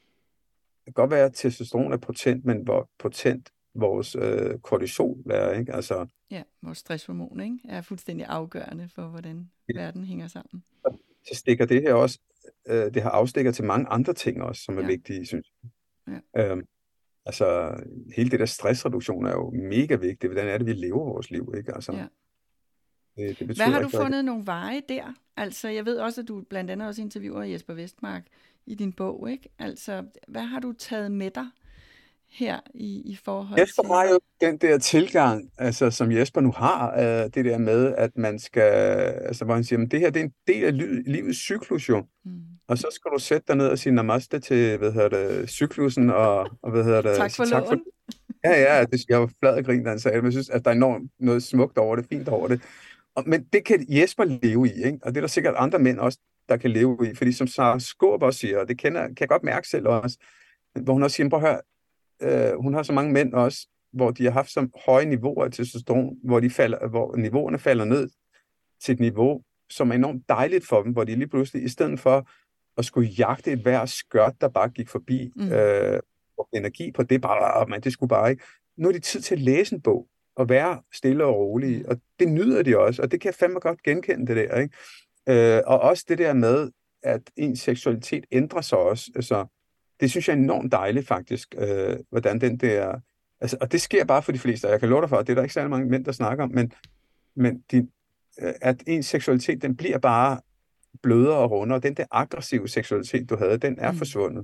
det kan godt være, at testosteron er potent, men hvor potent vores øh, kortisol er, ikke? Altså, Ja, vores stresshormon, ikke, er fuldstændig afgørende for, hvordan verden hænger sammen. så stikker det her også, øh, det har afstikker til mange andre ting også, som er Ja. vigtige, synes jeg. Ja. Øhm, altså, hele det der stressreduktion er jo mega vigtigt. Hvordan er det, vi lever vores liv, ikke? Altså, Ja. det, det betyder Hvad har du rigtig, rigtig- fundet nogle veje der? Altså, jeg ved også, at du blandt andet også interviewer Jesper Vestmark i din bog, ikke? Altså, hvad har du taget med dig her i, i forhold Jesper til... har jo den der tilgang, altså, som Jesper nu har, øh, det der med, at man skal, altså, hvor han siger, men det her, det er en del af liv, livets cyklus jo. Mm. Og så skal du sætte dig ned og sige namaste til, hvad hedder det, cyklusen, og, og hvad hedder det, Tak for sige lån. Ja, ja, det, jeg var flad og grin, da han sagde det, men jeg synes, at der er enormt noget smukt over det, fint over det. Og, men det kan Jesper leve i, ikke? Og det er der sikkert andre mænd også, der kan leve i, fordi som Sara Skaarup også siger, og det kender, kan jeg godt mærke selv også, hvor hun også siger, prøv at høre, øh, hun har så mange mænd også, hvor de har haft så høje niveauer af testosteron, hvor, de falder, hvor niveauerne falder ned til et niveau, som er enormt dejligt for dem, hvor de lige pludselig, i stedet for at skulle jagte et hver skørt, der bare gik forbi, mm. øh, og energi på det, bare, man, det skulle bare ikke. Nu er det tid til at læse en bog, og være stille og rolig, og det nyder de også, og det kan jeg fandme godt genkende, det der, ikke? Øh, og også det der med, at ens seksualitet ændrer sig også, altså, det synes jeg er enormt dejligt, faktisk, øh, hvordan den der, altså, og det sker bare for de fleste, og jeg kan love dig for, at det er der ikke særlig mange mænd, der snakker om, men, men de, at ens seksualitet, den bliver bare blødere og rundere, og den der aggressive seksualitet, du havde, den er mm. forsvundet.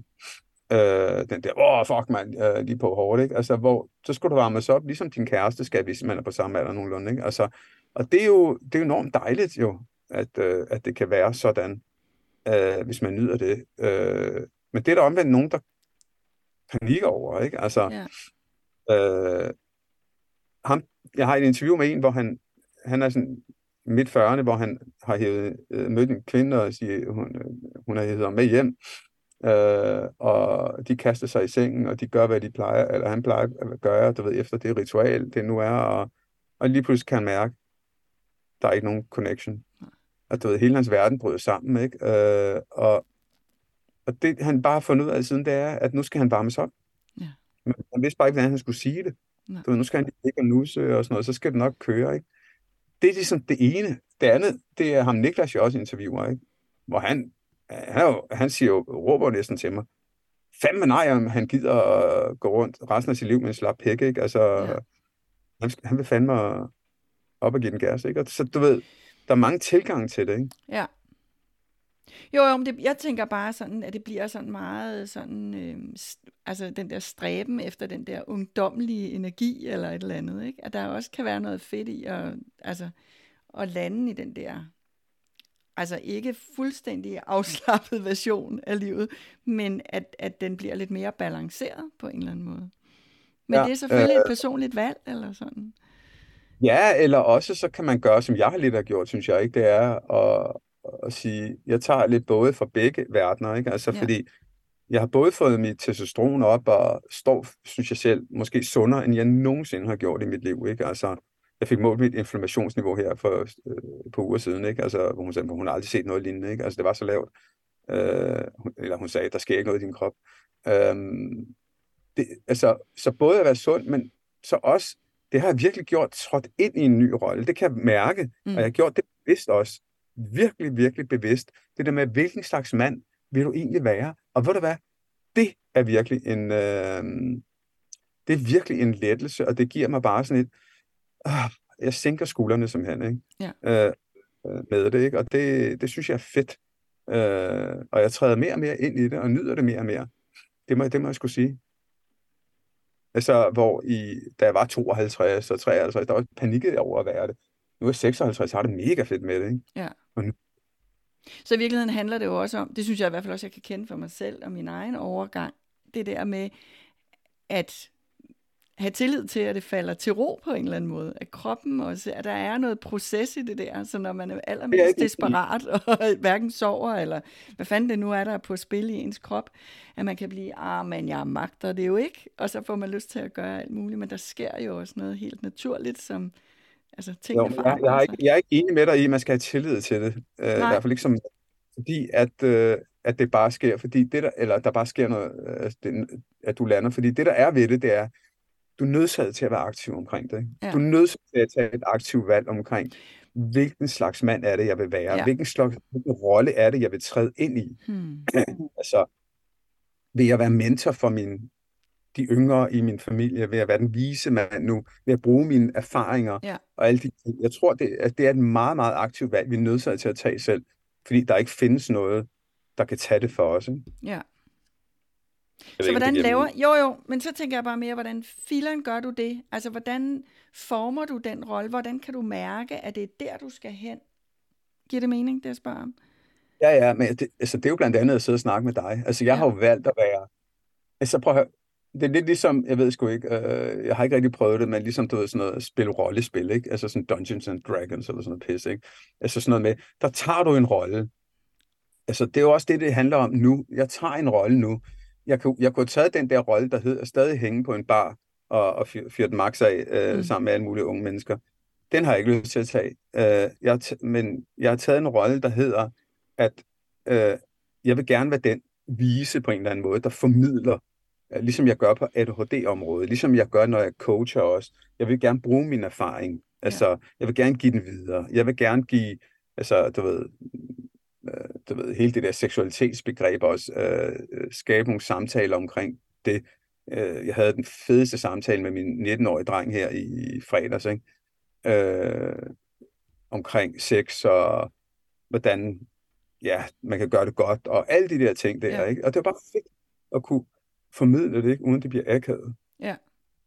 Øh, den der, åh, oh, fuck man, øh, lige på hårdt, ikke? Altså, hvor, så skulle du varme sig op, ligesom din kæreste skal, hvis man er på samme alder nogenlunde, ikke? Altså, og det er jo, det er jo enormt dejligt jo, at, øh, at det kan være sådan, øh, hvis man nyder det. Øh, men det er der omvendt nogen, der panikker over, ikke? Altså, yeah. øh, ham, jeg har et interview med en, hvor han, han er sådan midt fyrrerne, hvor han har hævet, øh, mødt en kvinde og siger, hun, hun har hævet ham med hjem, øh, og de kaster sig i sengen, og de gør, hvad de plejer, eller han plejer at gøre, du ved, efter det ritual, det nu er, og, og lige pludselig kan han mærke, der er ikke nogen connection. Og du ved, hele hans verden bryder sammen, ikke? Øh, og, og det, han bare har fundet ud af siden, det er, at nu skal han varmes op. Ja. Men han vidste bare ikke, hvordan han skulle sige det. Du ved, nu skal han ikke nusse og sådan noget, så skal det nok køre, ikke? Det er ligesom det ene. Det andet, det er ham Niklas jo også interviewer, ikke? Hvor han, han, jo, han siger jo, råber næsten til mig, fandme nej, om han gider at gå rundt resten af sit liv med en slap pæk, ikke? Altså, ja. han, han vil fandme op og give den gas, ikke? Og så du ved, der er mange tilgange til det, ikke? Ja. Jo, jo, men det, jeg tænker bare sådan, at det bliver sådan meget sådan, øh, altså den der stræben efter den der ungdommelige energi eller et eller andet, ikke? At der også kan være noget fedt i at, altså, at lande i den der, altså ikke fuldstændig afslappet version af livet, men at, at den bliver lidt mere balanceret på en eller anden måde. Men ja, det er selvfølgelig øh, et personligt valg eller sådan. Ja, eller også så kan man gøre, som jeg har lidt har gjort, synes jeg, ikke? Det er at at sige, jeg tager lidt både fra begge verdener, ikke? Altså, ja. Fordi jeg har både fået mit testosteron op, og står, synes jeg selv, måske sundere, end jeg nogensinde har gjort i mit liv, ikke? Altså, jeg fik målt mit inflammationsniveau her for øh, på uger siden, ikke? Altså, hvor hun sagde, hun har aldrig set noget lignende, ikke? Altså, det var så lavt. Øh, eller hun sagde, der sker ikke noget i din krop. Øh, det, altså, så både at være sund, men så også, det har jeg virkelig gjort, trådt ind i en ny rolle. Det kan jeg mærke, mm. og jeg har gjort det bevidst også. Virkelig, virkelig bevidst. Det der med, hvilken slags mand vil du egentlig være? Og ved du hvad? Det er virkelig en, øh, det er virkelig en lettelse, og det giver mig bare sådan et, øh, jeg sænker skuldrene simpelthen, ikke? Ja. Øh, med det, ikke? Og det, det synes jeg er fedt. Øh, og jeg træder mere og mere ind i det, og nyder det mere og mere. Det må, det må jeg skulle sige. Altså, hvor i, da jeg var tooghalvtreds og treoghalvtreds, der var panikket over at være det. Nu er jeg seksoghalvtreds, så har det mega fedt med det, ikke? Ja. Nu... Så i virkeligheden handler det jo også om, det synes jeg i hvert fald også, jeg kan kende for mig selv og min egen overgang, det der med at have tillid til, at det falder til ro på en eller anden måde, at kroppen også, at der er noget proces i det der, så når man er allermest desperat og hverken sover, eller hvad fanden det nu er, der er på spil i ens krop, at man kan blive, ah, men jeg magter det jo ikke, og så får man lyst til at gøre alt muligt, men der sker jo også noget helt naturligt, som altså, ting jo, jeg, jeg, er ikke, jeg er ikke enig med dig i, at man skal have tillid til det. Uh, I hvert fald ikke som, fordi at, uh, at det bare sker, fordi det der, eller der bare sker noget, uh, det, at du lander, fordi det der er ved det, det er, du er nødsaget til at være aktiv omkring det. Ja. Du er nødsaget til at tage et aktivt valg omkring, hvilken slags mand er det, jeg vil være, ja. hvilken slags hvilken rolle er det, jeg vil træde ind i. Hmm. Altså, vil jeg være mentor for min de yngre i min familie, ved at være den vise mand nu, ved at bruge mine erfaringer, ja. og alle de ting. Jeg tror, det, at det er et meget, meget aktivt valg, vi er nødt til at tage selv, fordi der ikke findes noget, der kan tage det for os. Ikke? Ja. Så hvordan laver... Jo, jo, men så tænker jeg bare mere, hvordan filen gør du det? Altså, hvordan former du den rolle? Hvordan kan du mærke, at det er der, du skal hen? Giver det mening, det jeg spørger om? Ja, ja, men det, altså, det er jo blandt andet at sidde og snakke med dig. Altså, jeg ja. har jo valgt at være... Altså, prøv at høre. Det er lidt ligesom, jeg ved sgu ikke, øh, jeg har ikke rigtig prøvet det, men ligesom du ved sådan noget, spille rollespil, ikke? Altså sådan Dungeons and Dragons eller sådan noget pis, ikke? Altså sådan noget med, der tager du en rolle. Altså det er jo også det, det handler om nu. Jeg tager en rolle nu. jeg kunne, jeg kunne have taget den der rolle, der hed at stadig hænge på en bar og, og fyre fyr den max af øh, Mm. sammen med alle mulige unge mennesker. Den har jeg ikke lyst til at tage. Øh, jeg har t- men jeg har taget en rolle, der hedder, at øh, jeg vil gerne være den vise på en eller anden måde, der formidler, øh, ligesom jeg gør på A D H D-området, ligesom jeg gør, når jeg coacher også. Jeg vil gerne bruge min erfaring. Altså, ja. Jeg vil gerne give den videre. Jeg vil gerne give, altså, du ved, øh, du ved, hele det der seksualitetsbegreb også, øh, skabe nogle samtaler omkring det. Øh, jeg havde den fedeste samtale med min nitten-årige dreng her i, i fredags, ikke? Øh, omkring sex og hvordan ja, man kan gøre det godt, og alle de der ting der, Ja. ikke? Og det er bare fedt at kunne formidle det, ikke? Uden det bliver akavet. Ja.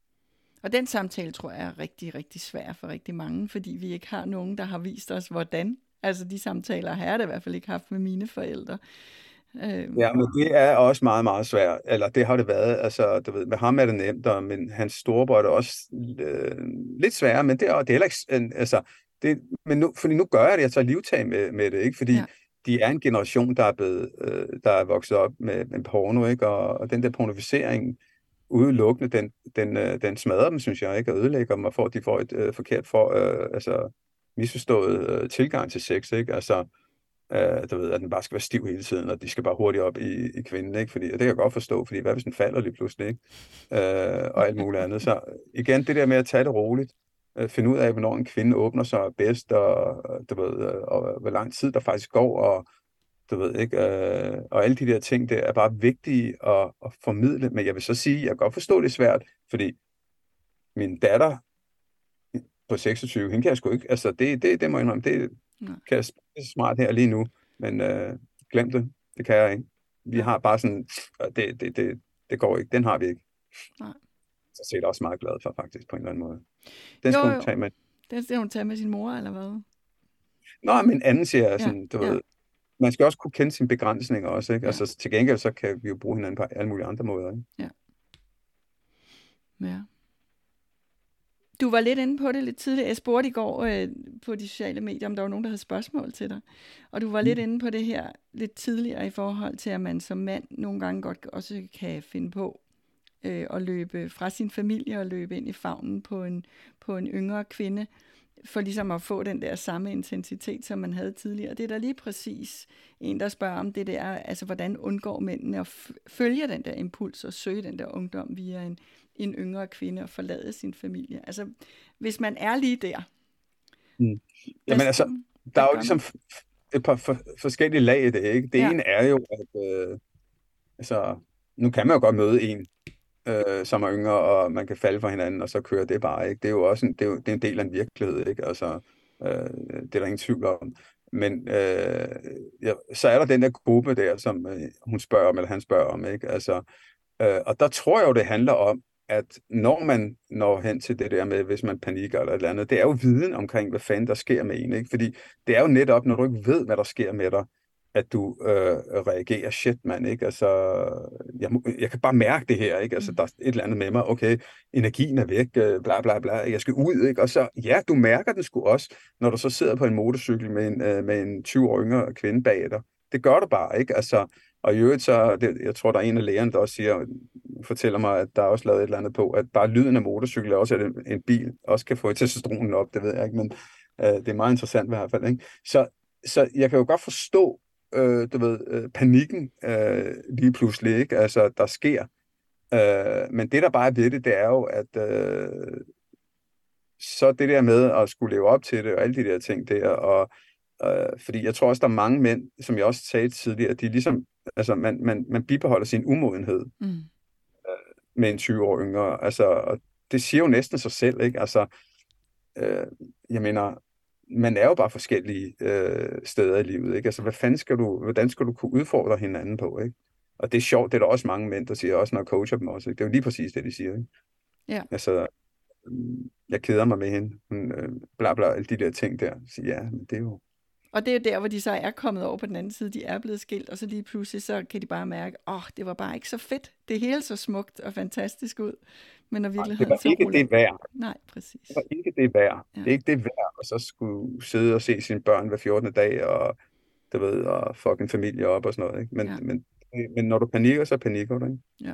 Og den samtale, tror jeg, er rigtig, rigtig svær for rigtig mange, fordi vi ikke har nogen, der har vist os, hvordan. Altså, de samtaler har jeg da i hvert fald ikke haft med mine forældre. Øhm. Ja, men det er også meget, meget svært. Eller det har det været. Altså, du ved, med ham er det nemt, og, men hans storebror er det også øh, lidt sværere, men det er, det er heller ikke... En, altså, det, men nu, fordi nu gør jeg det, jeg tager livtag med, med det, ikke? Fordi ja. De er en generation, der er, blevet, øh, der er vokset op med, med porno, ikke? Og, og den der pornoficering udelukkende, den, den, øh, den smadrer dem, synes jeg, ikke? Og ødelægger dem, og får, de får et øh, forkert for, øh, altså, misforstået øh, tilgang til sex, ikke? Altså, øh, du ved, at den bare skal være stiv hele tiden, og de skal bare hurtigt op i, i kvinden, ikke? Fordi, og det kan jeg godt forstå, fordi hvad hvis den falder lige pludselig, ikke? Øh, og alt muligt andet. Så igen, det der med at tage det roligt, øh, finde ud af, hvornår en kvinde åbner sig bedst, og, du ved, øh, og hvor lang tid der faktisk går, og du ved ikke, øh, og alle de der ting, det er bare vigtige at, at formidle, men jeg vil så sige, jeg kan godt forstå, det er svært, fordi min datter på seksogtyve, hende kan jeg sgu ikke, altså det, det, det må jeg indrømme, det Nej. kan jeg det er smart her lige nu, men øh, glem det, det kan jeg ikke. Vi har bare sådan, det, det, det, det går ikke, den har vi ikke. Nej. Så er jeg også meget glad for faktisk, på en eller anden måde. Den skal jo, hun jo. tage med. Den skal hun tage med sin mor, eller hvad? Nå, men anden siger jeg sådan, ja, du ja. ved, man skal også kunne kende sine begrænsninger også, ikke? Ja. Altså til gengæld, så kan vi jo bruge hinanden på alle mulige andre måder, ikke? Ja. Ja. Du var lidt inde på det lidt tidligere. Jeg spurgte i går øh, på de sociale medier, om der var nogen, der havde spørgsmål til dig. Og du var mm. lidt inde på det her lidt tidligere i forhold til, at man som mand nogle gange godt også kan finde på øh, at løbe fra sin familie og løbe ind i favnen på en, på en yngre kvinde, for ligesom at få den der samme intensitet, som man havde tidligere. Det er der lige præcis en, der spørger om det der, altså hvordan undgår mændene at f- følge den der impuls og søge den der ungdom via en, en yngre kvinde og forlade sin familie. Altså, hvis man er lige der. Mm. Jamen altså, der er jo ligesom et par for, forskellige lag i det, ikke? Det ja. ene er jo, at øh, altså, nu kan man jo godt møde en, øh, som er yngre, og man kan falde for hinanden, og så kører det bare, ikke? Det er jo også en, det er jo, det er en del af en virkelighed, ikke? Altså, øh, det er der ingen tvivl om. Men øh, ja, så er der den der gruppe der, som øh, hun spørger om, eller han spørger om, ikke? Altså, øh, og der tror jeg jo, det handler om, at når man når hen til det der med, hvis man panikker eller et eller andet, det er jo viden omkring, hvad fanden der sker med en, ikke? Fordi det er jo netop, når du ikke ved, hvad der sker med dig, at du øh, reagerer, shit mand, ikke? Altså, jeg, jeg kan bare mærke det her, ikke? Altså, der er et eller andet med mig, okay, energien er væk, øh, bla bla bla, jeg skal ud, ikke? Og så, ja, du mærker den sgu også, når du så sidder på en motorcykel med en, øh, med en tyve år yngre kvinde bag dig. Det gør du bare, ikke? Altså, og i øvrigt så, det, jeg tror, der er en af lægerne, der også siger, fortæller mig, at der er også lavet et eller andet på, at bare lyden af motorcykel, også at en, en bil også kan få testosteronen op, det ved jeg ikke, men øh, det er meget interessant i hvert fald, ikke? Så, så jeg kan jo godt forstå, øh, du ved, øh, panikken øh, lige pludselig, ikke? Altså, der sker. Øh, men det, der bare er ved det, det er jo, at øh, så det der med at skulle leve op til det, og alle de der ting der, og øh, fordi jeg tror også, der er mange mænd, som jeg også sagde tidligere, de ligesom, altså, man, man, man bibeholder sin umodenhed mm. øh, med en tyve år yngre, altså, og det siger jo næsten sig selv, ikke? Altså, øh, jeg mener, man er jo bare forskellige øh, steder i livet, ikke? Altså, hvad fanden skal du, hvordan skal du kunne udfordre hinanden på, ikke? Og det er sjovt, det er der også mange mænd, der siger, også når jeg coacher dem også, ikke? Det er jo lige præcis det, de siger, ikke? Ja. Altså, jeg keder mig med hende, hun, øh, bla bla, alle de der ting der, så ja, men det er jo... Og det er der, hvor de så er kommet over på den anden side, de er blevet skilt, og så lige pludselig, så kan de bare mærke, åh, oh, det var bare ikke så fedt, det hele så smukt og fantastisk ud, men når virkeligheden så det var ikke det værd. Nej, præcis. Det var ikke det værd. Ja. Det er ikke det værd, og så skulle sidde og se sine børn hver fjortende dag, og du ved, og fucking familie op og sådan noget, ikke? Men, ja. men Men når du panikker, så panikker du, ikke? Ja.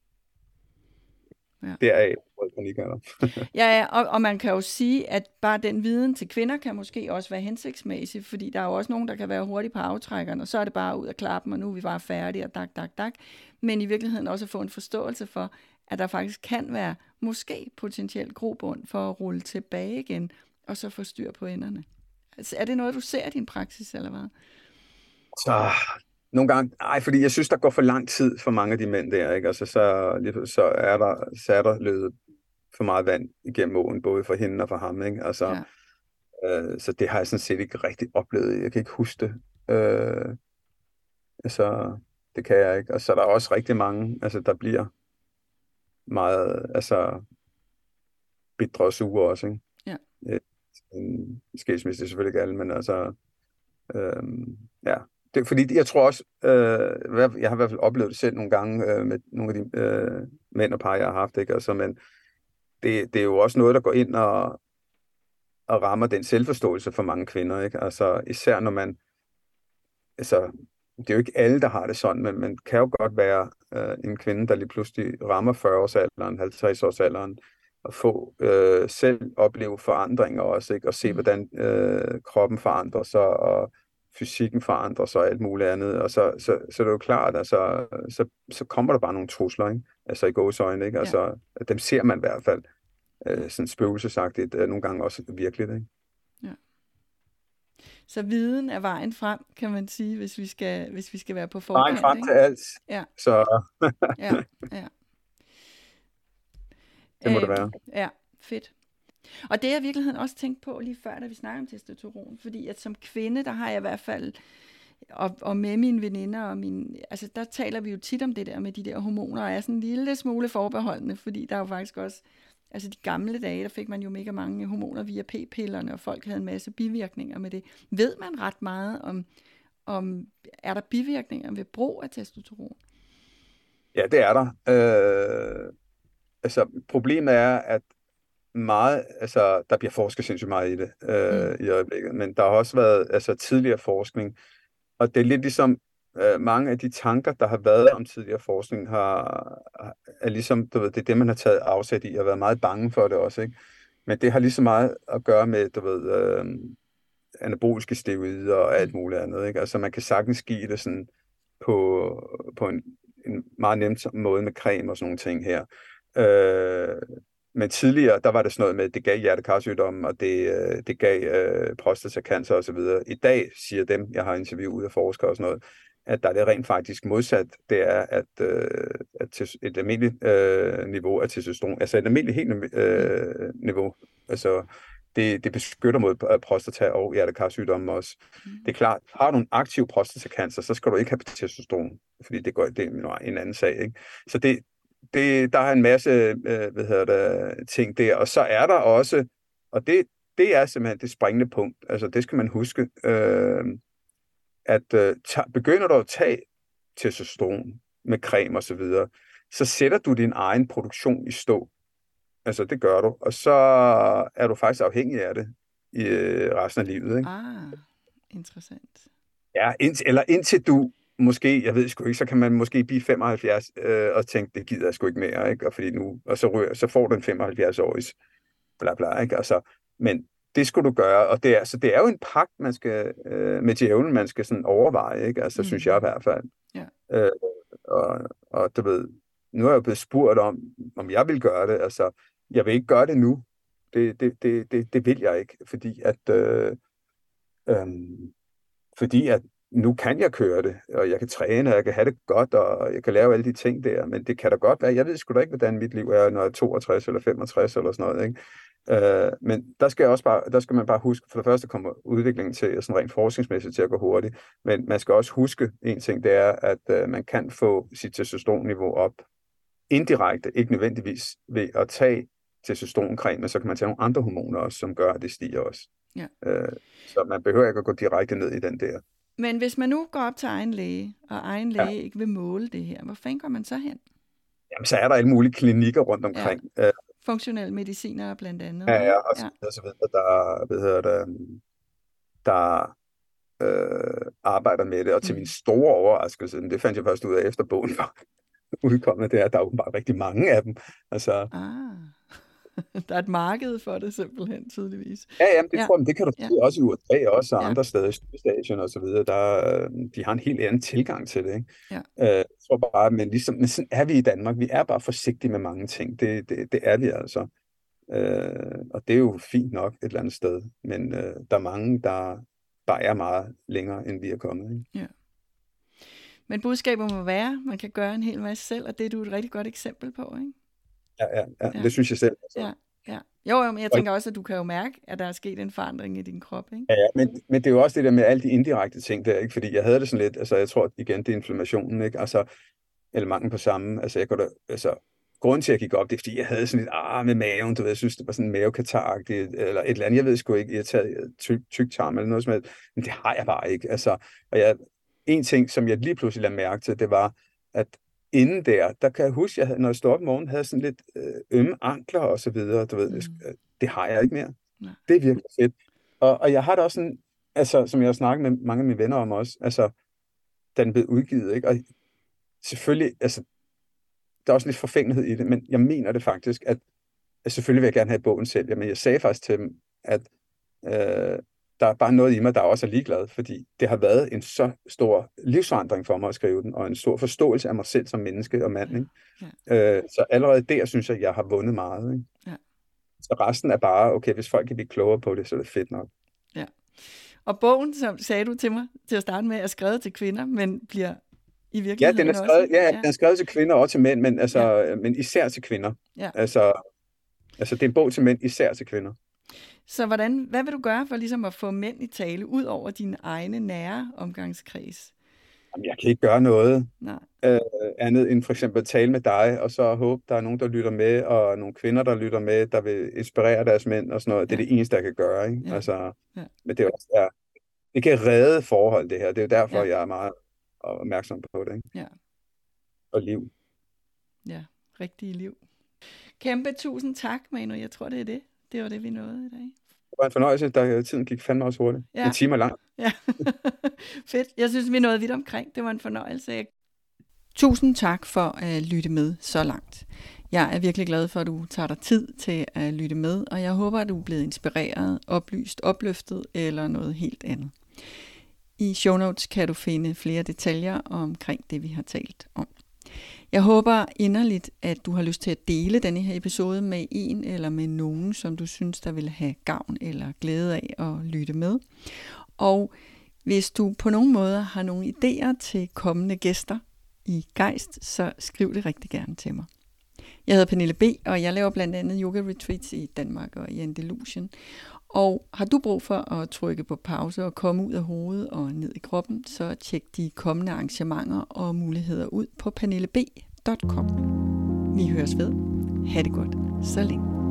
Ja. Deraf ordet panikalder. Ja, ja, og, og man kan jo sige, at bare den viden til kvinder kan måske også være hensigtsmæssig, fordi der er jo også nogen, der kan være hurtige på aftrækkeren, og så er det bare ud af klappen, og nu er vi bare færdige, og dak, dak, dak. Men i virkeligheden også at få en forståelse for, at der faktisk kan være måske potentielt grobund for at rulle tilbage igen, og så få styr på enderne. Altså, er det noget, du ser i din praksis, eller hvad? Så nogle gange, nej, fordi jeg synes, der går for lang tid for mange af de mænd der, ikke? Altså, så, lige- så er der, så er der løbet for meget vand igennem åen, både for hende og for ham, ikke? Altså, Ja. øh, så det har jeg sådan set ikke rigtig oplevet. Jeg kan ikke huske det. Øh, altså, det kan jeg ikke. Og så er der også rigtig mange, altså, der bliver meget, altså, bitre og sure også, ikke? Ja. Øh, en skilsmisse, det er selvfølgelig ikke alle, men altså, øh, ja. Det, fordi jeg tror også, øh, hvad- jeg har i hvert fald oplevet det selv nogle gange øh, med nogle af de øh, mænd og par, jeg har haft, ikke? Altså, men det, det er jo også noget, der går ind og, og rammer den selvforståelse for mange kvinder, ikke? Altså, især når man, altså, det er jo ikke alle, der har det sådan, men man kan jo godt være øh, en kvinde, der lige pludselig rammer fyrre-årsalderen, halvtreds-årsalderen, og få øh, selv opleve forandringer også, ikke? Og se, Mm. hvordan øh, kroppen forandrer sig, og fysikken forandrer sig, og alt muligt andet. Og så, så, så er det jo klart, altså, så, så kommer der bare nogle trusler, ikke? Altså i gåseøjne, ikke? Altså, dem ser man i hvert fald øh, sådan spøgelsesagtigt, øh, nogle gange også virkeligt, ikke? Så viden er vejen frem, kan man sige, hvis vi skal, hvis vi skal være på Vejen forkant, frem ikke? til alt. Ja. Så Ja, ja. det må det Øhm, være. Ja, fedt. Og det har jeg i virkeligheden også tænkt på lige før, da vi snakkede om testosteron, fordi at som kvinde, der har jeg i hvert fald, og, og med mine veninder, og mine, altså der taler vi jo tit om det der med de der hormoner, og jeg er sådan en lille smule forbeholdende, fordi der er jo faktisk også, altså de gamle dage, der fik man jo mega mange hormoner via p-pillerne, og folk havde en masse bivirkninger med det. Ved man ret meget om, om er der bivirkninger ved brug af testosteron? Ja, det er der. Øh, altså, problemet er, at meget, altså, der bliver forsket sindssygt meget i det øh, Mm. i øjeblikket, men der har også været altså, tidligere forskning, og det er lidt ligesom øh, mange af de tanker, der har været om tidligere forskning, har, er ligesom, du ved, det er det, man har taget afsæt i, og været meget bange for det også, ikke? Men det har lige så meget at gøre med, du ved, øh, anaboliske steroider og alt muligt andet, ikke? Altså, man kan sagtens give det sådan på, på en, en meget nem måde med creme og sådan nogle ting her. Øh, men tidligere, der var det sådan noget med, at det gav hjertekarsygdomme, og det, øh, det gav øh, prostatacancer osv. I dag siger dem, jeg har interviewet af forskere og sådan noget, at der er det rent faktisk modsat. Det er, at, øh, at til et almindeligt øh, niveau af testosteron, altså et almindeligt helt øh, niveau, altså det, det beskytter mod prostata og hjertekarsygdomme også. Mm. Det er klart, har du en aktiv prostatacancer, så skal du ikke have testosteron, fordi det, går, det er en anden sag, ikke? Så det, det, der er en masse øh, hvad hedder det, ting der, og så er der også, og det, det er simpelthen det springende punkt, altså det skal man huske, øh, at øh, ta, begynder du at tage testosteron med creme og så videre, så sætter du din egen produktion i stå. Altså det gør du, og så er du faktisk afhængig af det i øh, resten af livet, ikke? Ah, interessant. Ja, indtil, eller indtil du måske, jeg ved sgu ikke, så kan man måske blive femoghalvfjerds øh, og tænke, det gider jeg sgu ikke mere, ikke? Og fordi nu, og så, rører, så får du en femoghalvfjerds-årig, bla bla, ikke? Altså, men det skulle du gøre, og det er, så det er jo en pagt, man skal, øh, med djævlen, man skal sådan overveje, ikke? Altså, mm. synes jeg i hvert fald. Ja. Øh, og, og du ved, nu er jeg jo blevet spurgt om, om jeg vil gøre det, altså, jeg vil ikke gøre det nu. Det, det, det, det, det vil jeg ikke, fordi at, øh, øh, fordi at nu kan jeg køre det, og jeg kan træne, og jeg kan have det godt, og jeg kan lave alle de ting der, men det kan da godt være, jeg ved sgu da ikke, hvordan mit liv er, når jeg er toogtres eller femogtres eller sådan noget, ikke? Øh, men der skal, også bare, der skal man bare huske, for det første kommer udviklingen til, sådan rent forskningsmæssigt til at gå hurtigt, men man skal også huske en ting, det er, at øh, man kan få sit testosteronniveau op indirekte, ikke nødvendigvis ved at tage testosteroncreme, men så kan man tage nogle andre hormoner også, som gør, at det stiger også. Ja. Øh, så man behøver ikke at gå direkte ned i den der. Men hvis man nu går op til egen læge, og egen læge Ja. ikke vil måle det her, hvor fanden går man så hen? Jamen, så er der alle mulige klinikker rundt omkring. Ja. Øh, Funktionelle medicinere blandt andet. ja, ikke? ja, og så videre, så videre. Der, hvad hedder det, der øh, arbejder med det, og til Mm. min store overraskelse, det fandt jeg først ud af efter bogen var udkommet, det er, at der er åbenbart rigtig mange af dem. Altså, Ah, der er et marked for det simpelthen, tydeligvis. ja, jamen, det Ja, tror jeg, det kan du ja, se også i U S A, også og ja, andre steder i Sydøstasien og så videre, der, øh, de har en helt anden tilgang til det, ikke? ja. Øh, jeg tror bare, men ligesom, men sådan er vi i Danmark, vi er bare forsigtige med mange ting, det, det, det er vi altså. Øh, og det er jo fint nok et eller andet sted, men øh, der er mange, der bare er meget længere, end vi er kommet, ikke? Ja. Men budskabet må være, man kan gøre en hel masse selv, og det er du et rigtig godt eksempel på, ikke? Ja, ja, ja, Ja. det synes jeg selv. Altså. Ja, ja. Jo, jo, men jeg Og- tænker også, at du kan jo mærke, at der er sket en forandring i din krop, ikke? Ja, ja, men, men det er jo også det der med alle de indirekte ting der, ikke? Fordi jeg havde det sådan lidt, altså jeg tror igen, det er inflammationen, ikke? Altså, eller mangel på samme, altså jeg kunne da, altså, grunden til, at jeg gik op, det er, fordi jeg havde sådan lidt, ah, med maven, du ved, jeg synes, det var sådan mavekataragtigt, eller et eller andet, jeg ved sgu ikke, irriteret tyk, tyktarm eller noget som helst, men det har jeg bare ikke, altså, og jeg, en ting, som jeg lige pludselig lagde mærke til, det var, at inden der, der kan jeg huske, jeg havde, når jeg stod op om morgenen, havde jeg sådan lidt øh, ømme ankler og så videre, du ved, Mm. mm. det har jeg ikke mere. Nej. Det er virkelig fedt. Og, og jeg har det også sådan, altså, som jeg har snakket med mange af mine venner om også, altså, da den blev udgivet, ikke? Og selvfølgelig, altså, der er også lidt forfængelighed i det, men jeg mener det faktisk, at, at selvfølgelig vil jeg gerne have bogen selv, men jeg sagde faktisk til dem, at øh, der er bare noget i mig, der også er ligeglad, fordi det har været en så stor livsforandring for mig at skrive den, og en stor forståelse af mig selv som menneske og mand, ikke? Ja. Øh, så allerede der synes jeg, at jeg har vundet meget, ikke? Ja. Så resten er bare, okay, hvis folk kan blive klogere på det, så er det fedt nok. Ja. Og bogen, som sagde du til mig til at starte med, er skrevet til kvinder, men bliver i Ja, virkeligheden den er også... skrevet, ja, den er skrevet til kvinder og til mænd, men, altså, ja. men især til kvinder. Ja. Altså, altså, det er en bog til mænd, især til kvinder. Så hvordan, hvad vil du gøre for ligesom at få mænd i tale, ud over din egne nære omgangskreds? Jamen, jeg kan ikke gøre noget Nej. øh, andet end for eksempel at tale med dig, og så håbe, der er nogen, der lytter med, og nogle kvinder, der lytter med, der vil inspirere deres mænd og sådan noget. Det er Ja. det eneste, jeg kan gøre, ikke? Ja. Altså, Ja. men det er også, ja, det kan redde forhold, det her. Det er jo derfor, Ja. jeg er meget opmærksom på det, ikke? Ja. Og liv. Ja, rigtige liv. Kæmpe tusind tak, Manu. Jeg tror, det er det. Det var det, vi nåede i dag. Det var en fornøjelse, da tiden gik fandme også hurtigt. Ja. En time lang. Ja, fedt. Jeg synes, vi nåede vidt omkring. Det var en fornøjelse. Tusind tak for at lytte med så langt. Jeg er virkelig glad for, at du tager dig tid til at lytte med, og jeg håber, at du er blevet inspireret, oplyst, opløftet eller noget helt andet. I show notes kan du finde flere detaljer omkring det, vi har talt om. Jeg håber inderligt, at du har lyst til at dele denne her episode med en eller med nogen, som du synes, der vil have gavn eller glæde af at lytte med. Og hvis du på nogen måde har nogle idéer til kommende gæster i Gejst, så skriv det rigtig gerne til mig. Jeg hedder Pernille B., og jeg laver blandt andet yoga retreats i Danmark og i Andalusien. Og har du brug for at trykke på pause og komme ud af hovedet og ned i kroppen, så tjek de kommende arrangementer og muligheder ud på pernilleb punktum com. Vi høres ved. Ha' det godt så længe.